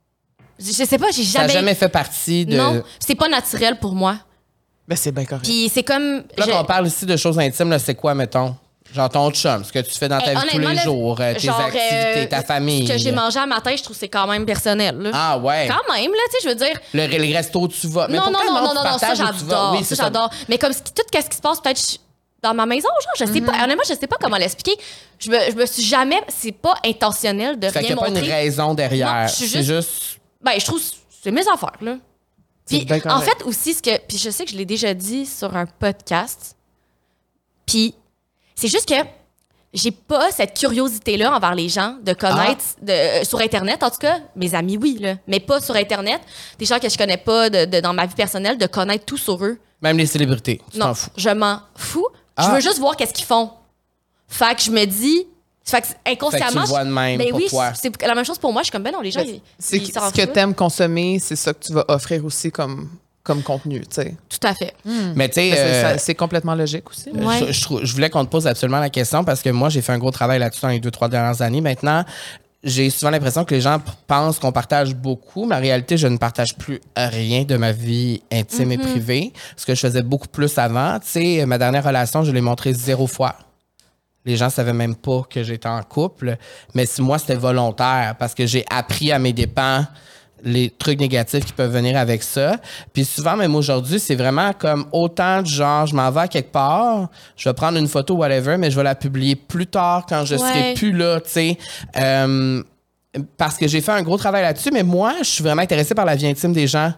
Je sais pas, j'ai Ça n'a jamais. jamais fait partie de... Non, c'est pas naturel pour moi. Ben, c'est bien correct. Puis c'est comme. Là, je- qu'on parle ici de choses intimes, là, c'est quoi, mettons? Genre ton chum, ce que tu fais dans ta vie tous honnêtement, les là, jours, tes genre, activités, ta famille. Ce que j'ai mangé à matin, je trouve que c'est quand même personnel. Là. Ah ouais. Quand même, là, tu sais, je veux dire. Les restos où tu vas. Mais Non, non, pourquoi non, le non, monde non, ça partage où tu vas? j'adore. Oui, c'est ça, j'adore. Mais comme tout ce qui se passe peut-être dans ma maison, genre, je sais pas. Honnêtement, je sais pas comment l'expliquer. Je me suis jamais. C'est pas intentionnel de Fait qu'il rien n'y a pas montrer. une raison derrière. Non, je suis C'est juste... Ben, je trouve que c'est mes affaires, là. C'est Puis, bien en correct. fait, aussi, puis je sais que je l'ai déjà dit sur un podcast. Puis, c'est juste que j'ai pas cette curiosité-là envers les gens de connaître sur Internet, en tout cas. Mes amis, oui, là. Mais pas sur Internet. Des gens que je connais pas dans ma vie personnelle, de connaître tout sur eux. Même les célébrités, tu Non, t'en fous. je m'en fous. Je Ah. veux juste voir qu'est-ce qu'ils font. Fait que je me dis... Fait que Fait inconsciemment... que tu le vois de même ben pour oui, toi. c'est la même chose pour moi. Je suis comme, ben non, les gens, C'est ils s'en ce que foutent. t'aimes consommer, c'est ça que tu vas offrir aussi comme contenu, tu sais. Tout à fait. Mais tu sais... Mais c'est complètement logique aussi. Ouais. Je voulais qu'on te pose absolument la question parce que moi, j'ai fait un gros travail là-dessus dans les 2-3 dernières années. Maintenant, j'ai souvent l'impression que les gens pensent qu'on partage beaucoup, mais en réalité, je ne partage plus rien de ma vie intime et privée, ce que je faisais beaucoup plus avant. Tu sais, ma dernière relation, je l'ai montrée 0 fois. Les gens savaient même pas que j'étais en couple, mais moi, c'était volontaire parce que j'ai appris à mes dépens les trucs négatifs qui peuvent venir avec ça. Puis souvent, même aujourd'hui, c'est vraiment comme autant de genre, je m'en vais à quelque part, je vais prendre une photo, whatever, mais je vais la publier plus tard quand je serai Ouais. plus là, tu sais. Parce que j'ai fait un gros travail là-dessus, mais moi, je suis vraiment intéressée par la vie intime des gens.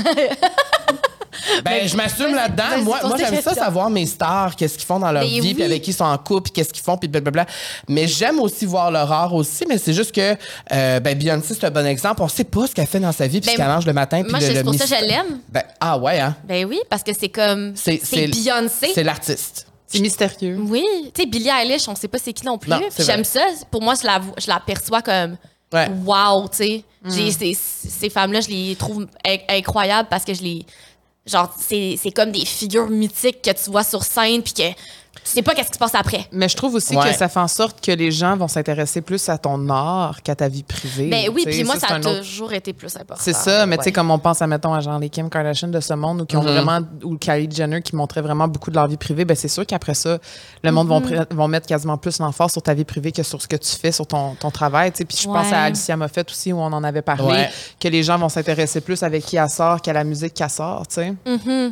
Ben, je m'assume là-dedans. vas-y, Moi, pose tes j'aime ça questions. savoir mes stars, qu'est-ce qu'ils font dans leur Mais vie, oui. puis avec qui ils sont en couple, puis qu'est-ce qu'ils font, puis blablabla. Mais j'aime aussi voir leur art aussi, mais c'est juste que ben, Beyoncé, c'est un bon exemple. On sait pas ce qu'elle fait dans sa vie, puis Ben, ce qu'elle mange le matin, puis Moi, le c'est pour ça que mystère. je l'aime. Ben, ah ouais, hein? Ben oui, parce que c'est comme... C'est Beyoncé. C'est l'artiste. C'est mystérieux. Oui. Tu sais, Billie Eilish, on sait pas c'est qui non plus. Non, Puis c'est j'aime ça. Pour moi, je la perçois comme... Ouais. Wow, tu sais. Ces femmes-là, je les trouve incroyables parce que je les... Genre, c'est comme des figures mythiques que tu vois sur scène puis que tu sais pas qu'est-ce qui se passe après. Mais je trouve aussi Ouais. que ça fait en sorte que les gens vont s'intéresser plus à ton art qu'à ta vie privée. Ben oui, Tu sais, puis moi, ça c'est a un autre- toujours été plus important. C'est ça, mais tu sais, Ouais. comme on pense à, mettons, à genre les Kim Kardashian de ce monde ou qui ont vraiment, ou Kylie Jenner qui montraient vraiment beaucoup de leur vie privée, ben c'est sûr qu'après ça, le monde vont mettre quasiment plus l'emphase sur ta vie privée que sur ce que tu fais, sur ton travail, tu sais. Puis je pense Ouais. à Alicia Moffett aussi, où on en avait parlé, Ouais. que les gens vont s'intéresser plus avec qui elle sort qu'à la musique qu'elle sort, tu sais.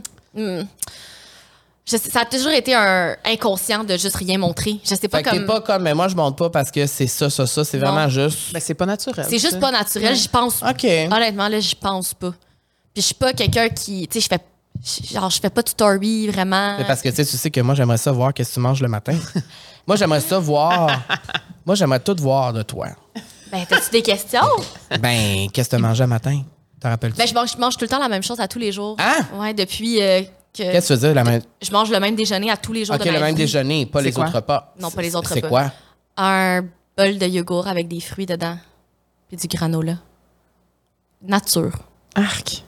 Ça a toujours été un inconscient de juste rien montrer. Je sais pas Fait que t'es comme... pas comme, mais moi, je monte pas parce que c'est ça. C'est Non. vraiment juste. Ben c'est pas naturel. C'est juste pas naturel. J'y pense. OK. Honnêtement, là, j'y pense pas. Puis je suis pas quelqu'un qui... Tu sais, je fais pas de story, vraiment. Mais parce que tu sais que moi, j'aimerais ça voir qu'est-ce que tu manges le matin. Moi, j'aimerais ça voir Moi, j'aimerais tout voir de toi. Ben, t'as-tu des questions? Ben, qu'est-ce que tu as mangé un matin? T'en rappelles-tu? Ben, je mange tout le temps la même chose à tous les jours. Ah! Ouais, depuis Qu'est-ce que tu veux dire? je mange le même déjeuner à tous les jours OK, de ma le même vie. déjeuner, pas C'est les quoi? autres repas. Non, pas les autres C'est repas. quoi? Un bol de yogourt avec des fruits dedans. Puis du granola. Nature. Arc.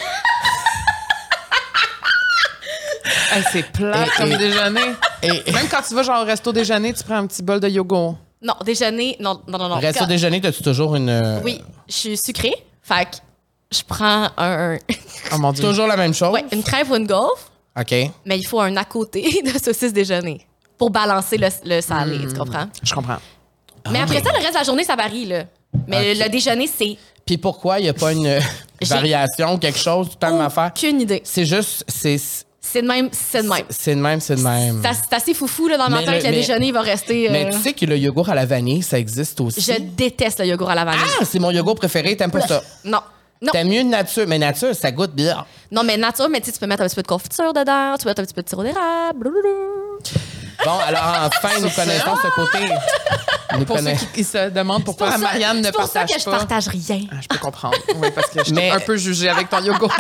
Hey, c'est plat comme déjeuner. Même quand tu vas genre au resto déjeuner, tu prends un petit bol de yogourt. Non, déjeuner, non. Resto déjeuner, t'as-tu toujours une... Oui, je suis sucrée. Fait que je prends Oh mon Dieu. Toujours la même chose? une crêpe ou une gaufre, OK. mais il faut un à côté de saucisse déjeuner pour balancer le salé, tu comprends? Je comprends. Mais après ça, le reste de la journée, ça varie, là. Mais Ok. le déjeuner, c'est Puis pourquoi il n'y a pas une variation, quelque chose, tout le temps de m'affaire? aucune idée. C'est juste... C'est de même, c'est de même. C'est de même, c'est de même. C'est assez foufou, là, dans ma Mais tête, le- le mais- déjeuner, il va rester... Mais tu sais que le yogourt à la vanille, ça existe aussi. Je déteste le yogourt à la vanille. Ah, c'est mon yogourt préféré, t'aimes pas ça? Non. Non. T'aimes mieux nature, mais nature, ça goûte bien. Non, mais nature, mais tu sais, tu peux mettre un petit peu de confiture dedans, tu peux mettre un petit peu de sirop d'érable. Blablabla. Bon, alors enfin, nous connaissons ce côté. Nous Pour ceux connaissons. qui se demandent pourquoi C'est pour ça- Marianne ne c'est pour ça partage que je pas. partage rien. Ah, je peux comprendre. Oui, parce que je t'ai Mais- un peu jugée avec ton yogourt.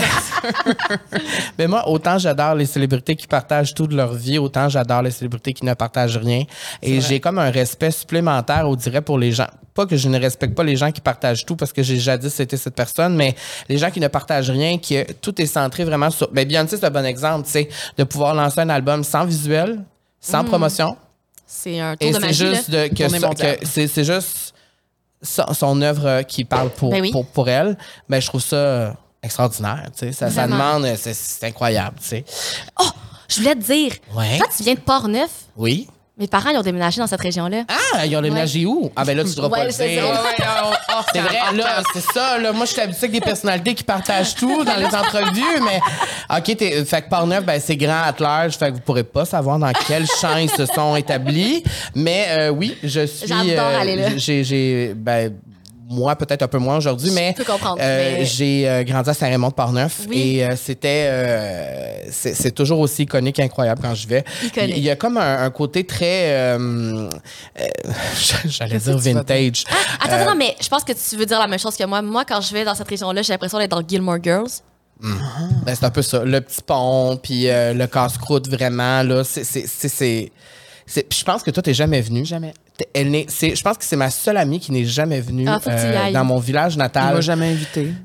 Mais moi, autant j'adore les célébrités qui partagent tout de leur vie, autant j'adore les célébrités qui ne partagent rien. Et j'ai comme un respect supplémentaire, on dirait, pour les gens. Pas que je ne respecte pas les gens qui partagent tout parce que j'ai jadis été cette personne, mais les gens qui ne partagent rien, qui tout est centré vraiment sur. Ben, Beyoncé, c'est un bon exemple, tu sais, de pouvoir lancer un album sans visuel, sans promotion. C'est un tour Et de c'est magie, juste là. que, Tournée mondiale. c'est juste son œuvre qui parle Ben oui. pour elle. Ben, je trouve ça extraordinaire, tu sais. Ça Vraiment. demande, c'est incroyable, tu sais. Oh, je voulais te dire, Ouais. toi, tu viens de Port-Neuf. Oui. Mes parents, ils ont déménagé dans cette région-là. Ah, ils ont déménagé où? Ah, ben là, tu ne devras pas Ouais, le c'est dire. ça. C'est vrai, là, c'est ça. Là, moi, je suis habituée avec des personnalités qui partagent tout dans les entrevues, mais OK, fait que Port-Neuf, ben, c'est grand at large, fait que vous pourrez pas savoir dans quel champ ils se sont établis. Mais oui, je suis... J'adore aller là. Ben, moi, peut-être un peu moins aujourd'hui, mais peux comprendre, mais- j'ai grandi à Saint-Raymond-de-Port-Neuf Oui. et c'est toujours aussi iconique et incroyable quand je vais. Iconique. Il y a comme un côté très... j'allais dire que tu vas vintage. Attends, mais je pense que tu veux dire la même chose que moi. Moi, quand je vais dans cette région-là, j'ai l'impression d'être dans Gilmore Girls. Ben, c'est un peu ça. Le petit pont, puis le casse-croûte, vraiment, là, puis je pense que toi, t'es jamais venu. Jamais. Je pense que c'est ma seule amie qui n'est jamais venue Ah, faut que tu y ailles. dans mon village Il natal. m'a jamais invité.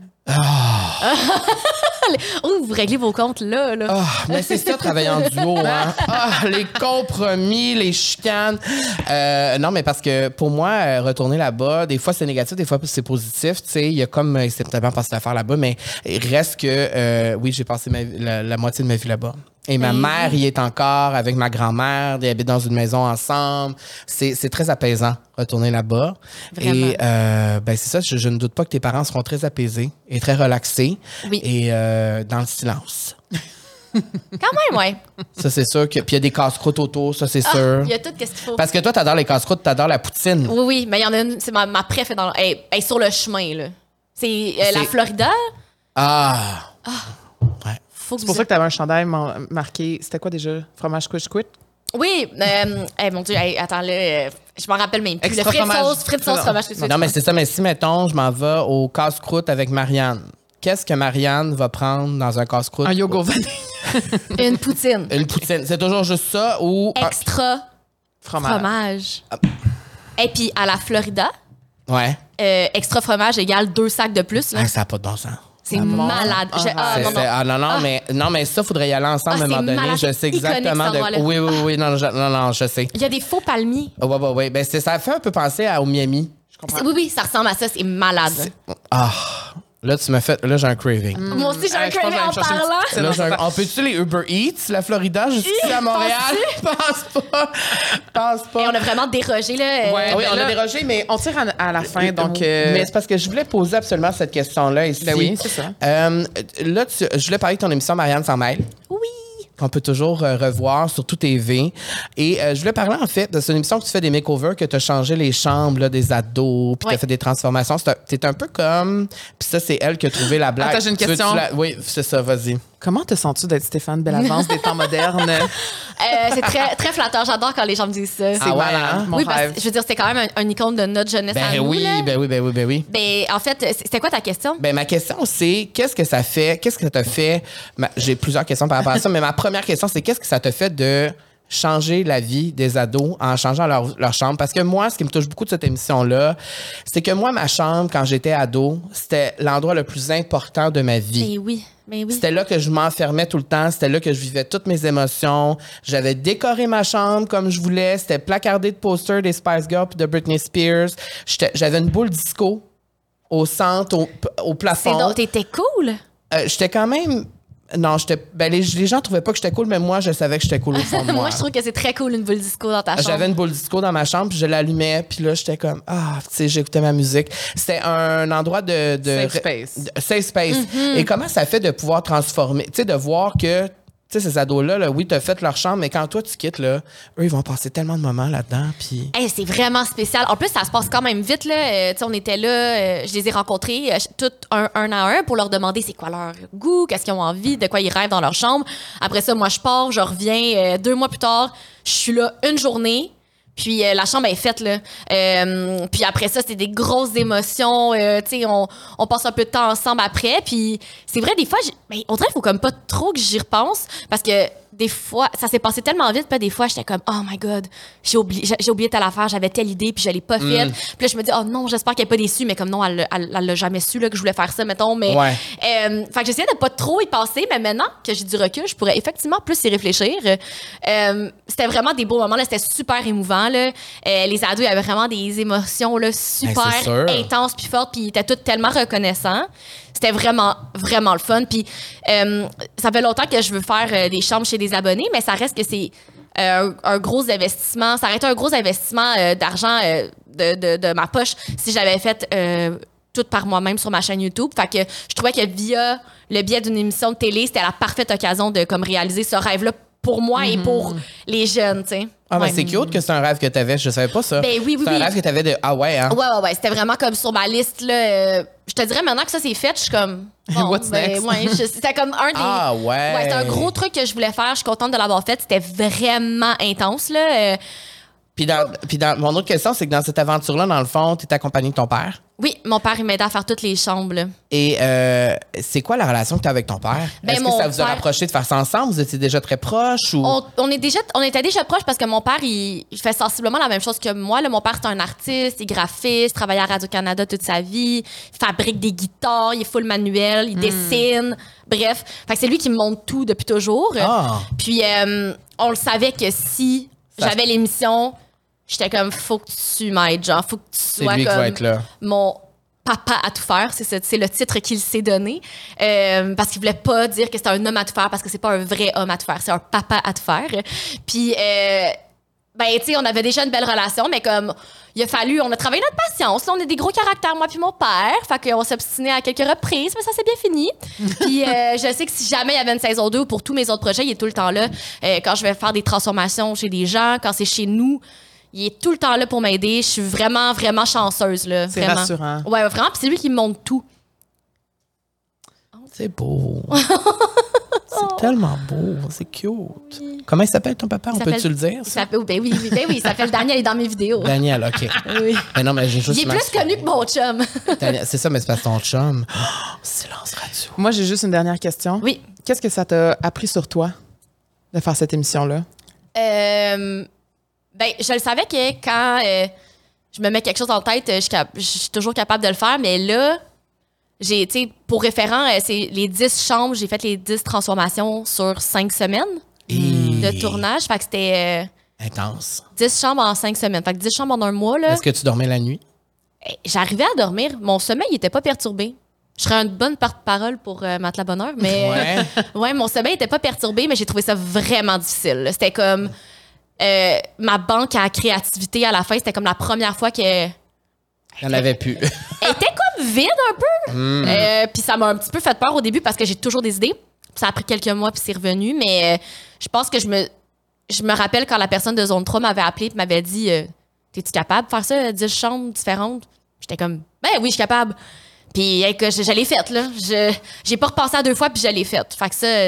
Oh, vous réglez vos comptes là. Ah, mais c'est ça, travailler en duo, hein. Ah, les compromis, les chicanes. Non, mais parce que pour moi, retourner là-bas, des fois c'est négatif, des fois c'est positif. Tu sais, il y a comme, il s'est peut-être passé l'affaire là-bas, mais il reste que, oui, j'ai passé la moitié de ma vie là-bas. Et ma mère y est encore avec ma grand-mère. Ils habitent dans une maison ensemble. C'est très apaisant, retourner là-bas. Vraiment. Et ben c'est ça, je ne doute pas que tes parents seront très apaisés et très relaxés. Oui. Et dans le silence. Quand même, ouais. Ça, c'est sûr. Puis il y a des casse-croûtes autour, ça, c'est sûr. Il y a tout ce qu'il faut. Parce que toi, t'adores les casse-croûtes, t'adores la poutine. Oui, oui, mais il y en a une, c'est ma préf est dans elle est sur le chemin, là. C'est la C'est- Florida. Ah! Faut que C'est pour ça que tu avais un chandail marqué. C'était quoi déjà? Fromage squish-squit? Oui, mon Dieu, hey, attends, là, je m'en rappelle même plus. Extra Le fromage. frites sauce, fromage, c'est Non, mais c'est ça. Mais si, mettons, je m'en vais au casse-croûte avec Marianne, qu'est-ce que Marianne va prendre dans un casse-croûte? Un yogourt vanille. une poutine. Une poutine. C'est toujours juste ça ou... Extra fromage. Et puis, à la Florida, Ouais. extra fromage égale 2 sacs de plus. Là. Ah, ça n'a pas de bon sens. C'est malade. Non, mais ça, faudrait y aller ensemble à un Ah, moment c'est donné. malade, Je sais c'est iconique, exactement cet de. endroit-là. Oui, non, je sais. Il y a des faux palmiers. Ouais. Ben, ça fait un peu penser au Miami. Oui, ça ressemble à ça. C'est malade. Ah, là, tu m'as fait. Là, j'ai un craving. Moi aussi, j'ai un je pense que craving en je vais me chercher une parlant. petite- Là, on peut-tu les Uber Eats, la Florida, jusqu'ici à Montréal? Pense pas. Et on a vraiment dérogé, là. Ouais. Oui, ben on là, a dérogé, mais. On tire à la fin, donc... Mais c'est parce que je voulais poser absolument cette question-là ici. Ben oui, c'est ça. Là, je voulais parler de ton émission Marianne s'en mêle. Oui. Qu'on peut toujours revoir sur tout TV. Et je voulais parler, en fait, de cette émission que tu fais des makeovers, que tu as changé les chambres là, des ados, puis tu Ouais. as fait des transformations. T'es un peu comme... Puis ça, c'est elle qui a trouvé la blague. Attends, j'ai une Tu veux-tu question. Oui, c'est ça, vas-y. Comment te sens-tu d'être Stéphane Bellavance des temps modernes? C'est très, très flatteur. J'adore quand les gens me disent ça. C'est malade, hein? mon Oui, parce rêve. que je veux dire, c'était quand même un icône de notre jeunesse à nous. Là. Ben oui. Ben, en fait, c'était quoi ta question? Ben, ma question, c'est qu'est-ce que ça t'a fait? J'ai plusieurs questions par rapport à ça, mais ma première question, c'est qu'est-ce que ça t'a fait de changer la vie des ados en changeant leur chambre? Parce que moi, ce qui me touche beaucoup de cette émission-là, c'est que moi, ma chambre, quand j'étais ado, c'était l'endroit le plus important de ma vie. Mais oui. C'était là que je m'enfermais tout le temps. C'était là que je vivais toutes mes émotions. J'avais décoré ma chambre comme je voulais. C'était placardé de posters des Spice Girls puis de Britney Spears. J'avais une boule disco au centre, au plafond. C'est donc, t'étais cool. J'étais quand même... Non, les gens trouvaient pas que j'étais cool, mais moi, je savais que j'étais cool au fond de moi. Moi, je trouve que c'est très cool, une boule disco dans ta chambre. J'avais une boule disco dans ma chambre, puis je l'allumais, puis là, j'étais comme, tu sais, j'écoutais ma musique. C'était un endroit de Safe space. Safe space. Et comment ça fait de pouvoir transformer, tu sais, de voir que, tu sais, ces ados-là, là, oui, t'as fait leur chambre, mais quand toi, tu quittes, là, eux, ils vont passer tellement de moments là-dedans, puis... Hey, c'est vraiment spécial. En plus, ça se passe quand même vite, là. Tu sais, on était là, je les ai rencontrés toutes un à un pour leur demander c'est quoi leur goût, qu'est-ce qu'ils ont envie, de quoi ils rêvent dans leur chambre. Après ça, moi, je pars, je reviens 2 mois plus tard, je suis là une journée. Puis la chambre est faite, là. Puis après ça, c'était des grosses émotions. Tu sais, on passe un peu de temps ensemble après. Puis c'est vrai, des fois, on dirait qu'il faut comme pas trop que j'y repense. Parce que des fois, ça s'est passé tellement vite. Puis des fois, j'étais comme, oh my God, j'ai oublié telle affaire, j'avais telle idée, puis je l'ai pas faite. Puis là, je me dis, oh non, j'espère qu'elle est pas déçue. Mais comme non, elle l'a jamais su, là, que je voulais faire ça, mettons. Mais, Ouais. fait que j'essayais de pas trop y penser. Mais maintenant que j'ai du recul, je pourrais effectivement plus y réfléchir. C'était vraiment des beaux moments, là. C'était super émouvant, là. Les ados, il y avait vraiment des émotions, là, super c'est sûr. intenses puis fortes. Puis ils étaient tous tellement reconnaissants. C'était vraiment, vraiment le fun. Puis ça fait longtemps que je veux faire des chambres chez des abonnés, mais ça reste que c'est un gros investissement. Ça aurait été un gros investissement d'argent de ma poche si j'avais fait tout par moi-même sur ma chaîne YouTube. Fait que je trouvais que via le biais d'une émission de télé, c'était la parfaite occasion de comme réaliser ce rêve-là pour moi et pour les jeunes, tu sais. Ah, ben Ouais. c'est cute que c'est un rêve que t'avais. Je savais pas ça. Ben oui. C'est un rêve que t'avais de... Ah ouais, hein? Ouais. C'était vraiment comme sur ma liste, là. Je te dirais maintenant que ça c'est fait, je suis comme. What's next? Ouais, c'était comme un des. Ah ouais. Ouais, c'était un gros truc que je voulais faire. Je suis contente de l'avoir fait. C'était vraiment intense, là. Puis mon autre question, c'est que dans cette aventure-là, dans le fond, t'es accompagné de ton père. Oui, mon père, il m'aidait à faire toutes les chambres, là. Et c'est quoi la relation que tu as avec ton père? Ben, Est-ce que mon ça vous a père- rapproché de faire ça ensemble? Vous étiez déjà très proches? Ou... On était déjà proches parce que mon père, il fait sensiblement la même chose que moi. Là. Mon père, c'est un artiste, il est graphiste, il travaille à Radio-Canada toute sa vie, il fabrique des guitares, il est full manuel, il dessine. Bref, fait que c'est lui qui me montre tout depuis toujours. Ah. Puis, on le savait que si j'avais l'émission, j'étais comme, faut que tu m'aides, genre, faut que tu C'est sois lui qui comme va être là. mon papa à tout faire, c'est le titre qu'il s'est donné, parce qu'il voulait pas dire que c'était un homme à tout faire, parce que c'est pas un vrai homme à tout faire, c'est un papa à tout faire. Puis, ben, tu sais, on avait déjà une belle relation, mais comme, il a fallu, on a travaillé notre patience. Là, on a des gros caractères, moi puis mon père. Fait qu'on s'est obstiné à quelques reprises, mais ça s'est bien fini. Puis, je sais que si jamais il y avait une saison 2 ou pour tous mes autres projets, il est tout le temps là. Quand je vais faire des transformations chez des gens, quand c'est chez nous, il est tout le temps là pour m'aider. Je suis vraiment, vraiment chanceuse, là. C'est vraiment. rassurant. Ouais, vraiment. Puis c'est lui qui me montre tout. C'est beau. C'est tellement beau. C'est cute. Comment il s'appelle ton papa? On peut-tu le dire? Il Ça? s'appelle, ben oui, il s'appelle Daniel, il est dans mes vidéos. Daniel, OK. Oui. Mais non, mais j'ai juste... Il est plus connu que mon chum. Daniel, c'est ça, mais c'est parce que ton chum... Oh, silence radio. Moi, j'ai juste une dernière question. Oui. Qu'est-ce que ça t'a appris sur toi de faire cette émission-là? Ben, je le savais que quand je me mets quelque chose en tête, je suis toujours capable de le faire, mais là, tu sais, pour référent, c'est les 10 chambres, j'ai fait les 10 transformations sur 5 semaines de tournage. Fait que c'était Intense. 10 chambres en 5 semaines. Fait que 10 chambres en un mois, là. Est-ce que tu dormais la nuit? J'arrivais à dormir. Mon sommeil n'était pas perturbé. Je serais une bonne porte-parole pour Matelas Bonheur, mais Ouais. ouais, mon sommeil n'était pas perturbé, mais j'ai trouvé ça vraiment difficile. Là. C'était comme ma banque à créativité à la fin, c'était comme la première fois que Il n'y en avait plus. elle était comme vide un peu. Puis ça m'a un petit peu fait peur au début parce que j'ai toujours des idées. Puis ça a pris quelques mois puis c'est revenu, mais je pense que je me rappelle quand la personne de Zone 3 m'avait appelé et m'avait dit t'es-tu capable de faire ça, 10 chambres différentes? J'étais comme ben oui, je suis capable. Puis je l'ai faite, là. J'ai pas repensé à 2 fois puis je l'ai faite. Fait que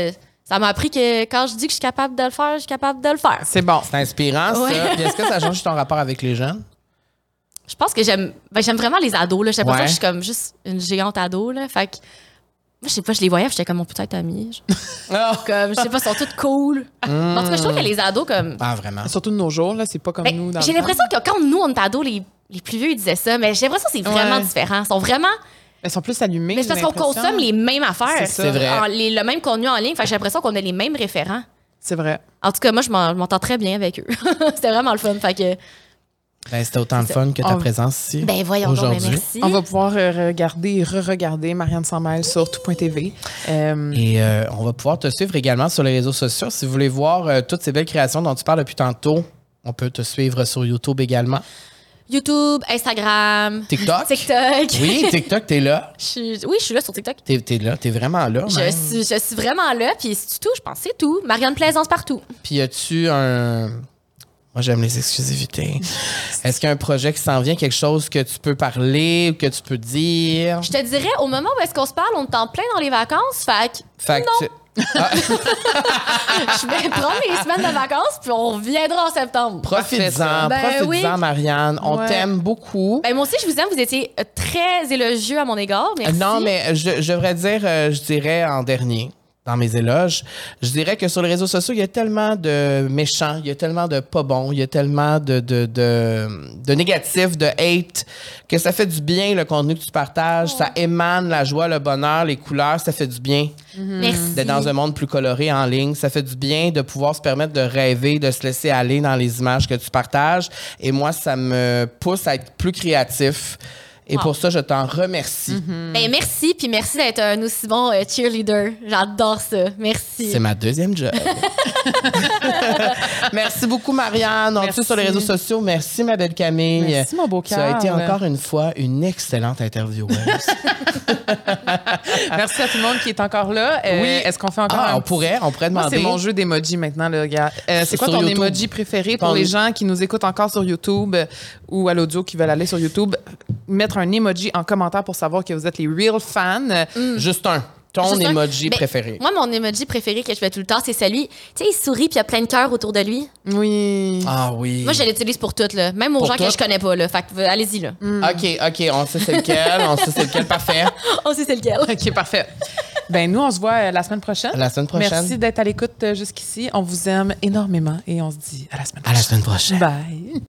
Ça m'a appris que quand je dis que je suis capable de le faire, je suis capable de le faire. C'est bon. C'est inspirant, ça. Ouais. Puis est-ce que ça change ton rapport avec les jeunes? Je pense que j'aime vraiment les ados. Là. J'ai l'impression Ouais. que je suis comme juste une géante ado. Là. Fait que, moi, je sais pas, je les voyais, puis j'étais comme, on peut être amis. Comme, je sais pas, ils sont toutes cool. En tout cas, je trouve que les ados, comme. Ah, vraiment. Surtout de nos jours, là, c'est pas comme Ben, nous. Dans j'ai le l'impression que quand nous, on était ados, les plus vieux, ils disaient ça, mais j'ai l'impression que c'est vraiment Ouais. différent. Ils sont vraiment. temps. Ils sont plus allumés. Mais c'est parce qu'on consomme les mêmes affaires. C'est ça. C'est vrai. Le même contenu en ligne. Fait que j'ai l'impression qu'on a les mêmes référents. C'est vrai. En tout cas, moi, je m'entends très bien avec eux. C'était vraiment le fun. Fait que, Ben, c'était autant de fun que ta Oh. présence ici. ben voyons donc, ben, aujourd'hui. merci. On va pouvoir regarder et re-regarder Marianne Saint-Maël sur tout.tv. Et on va pouvoir te suivre également sur les réseaux sociaux. Si vous voulez voir toutes ces belles créations dont tu parles depuis tantôt, on peut te suivre sur YouTube également. YouTube, Instagram, TikTok? TikTok. Oui, TikTok, t'es là. Oui, je suis là sur TikTok. T'es là, t'es vraiment là. même. Je suis vraiment là, puis c'est tout, je pense, c'est tout. Marianne Plaisance partout. Puis as-tu un... Moi, j'aime les exclusivités. Est-ce qu'il y a un projet qui s'en vient, quelque chose que tu peux parler ou que tu peux dire? Je te dirais, au moment où est-ce qu'on se parle, on est en plein dans les vacances, Fait que je vais prendre les semaines de vacances, puis on reviendra en septembre. profites-en, Ben profites-en, oui. Marianne. On Ouais. t'aime beaucoup. Ben, moi aussi, je vous aime, vous étiez très élogieux à mon égard. Merci. Non, mais je devrais dire, je dirais en dernier, dans mes éloges, je dirais que sur les réseaux sociaux, il y a tellement de méchants, il y a tellement de pas bons, il y a tellement de négatifs, de hate, que ça fait du bien le contenu que tu partages. Ça émane la joie, le bonheur, les couleurs, ça fait du bien Merci. d'être dans un monde plus coloré en ligne. Ça fait du bien de pouvoir se permettre de rêver, de se laisser aller dans les images que tu partages. Et moi, ça me pousse à être plus créatif. Et Wow. pour ça, je t'en remercie. Ben, merci, puis merci d'être un aussi bon cheerleader. J'adore ça. Merci. C'est ma deuxième job. Merci beaucoup, Marianne. On te suit Merci. sur les réseaux sociaux. Merci, ma belle Camille. Merci, mon beau Tu as été Carl. encore une fois une excellente intervieweuse. Merci à tout le monde qui est encore là. Oui. Est-ce qu'on fait encore Ah, un on pourrait Moi, demander. c'est mon jeu d'emoji maintenant, là, gars. C'est quoi Sur ton YouTube. emoji préféré pour Ton- les gens qui nous écoutent encore sur YouTube ou à l'audio qui veulent aller sur YouTube? Mettre un emoji en commentaire pour savoir que vous êtes les real fans. Juste un. Ton Juste un. emoji Ben, préféré. Moi, mon emoji préféré que je fais tout le temps, c'est celui, tu sais, il sourit puis il y a plein de cœurs autour de lui. Oui. Ah oui. Moi, je l'utilise pour tout, là. Même aux Pour gens tout? que je connais pas, là. Fait que, allez-y, là. OK. On sait c'est lequel. On sait c'est lequel. Parfait. Oh, c'est lequel. OK, parfait. Ben nous, on se voit la semaine prochaine. À la semaine prochaine. Merci d'être à l'écoute jusqu'ici. On vous aime énormément et on se dit à la semaine À la prochaine. semaine prochaine. Bye.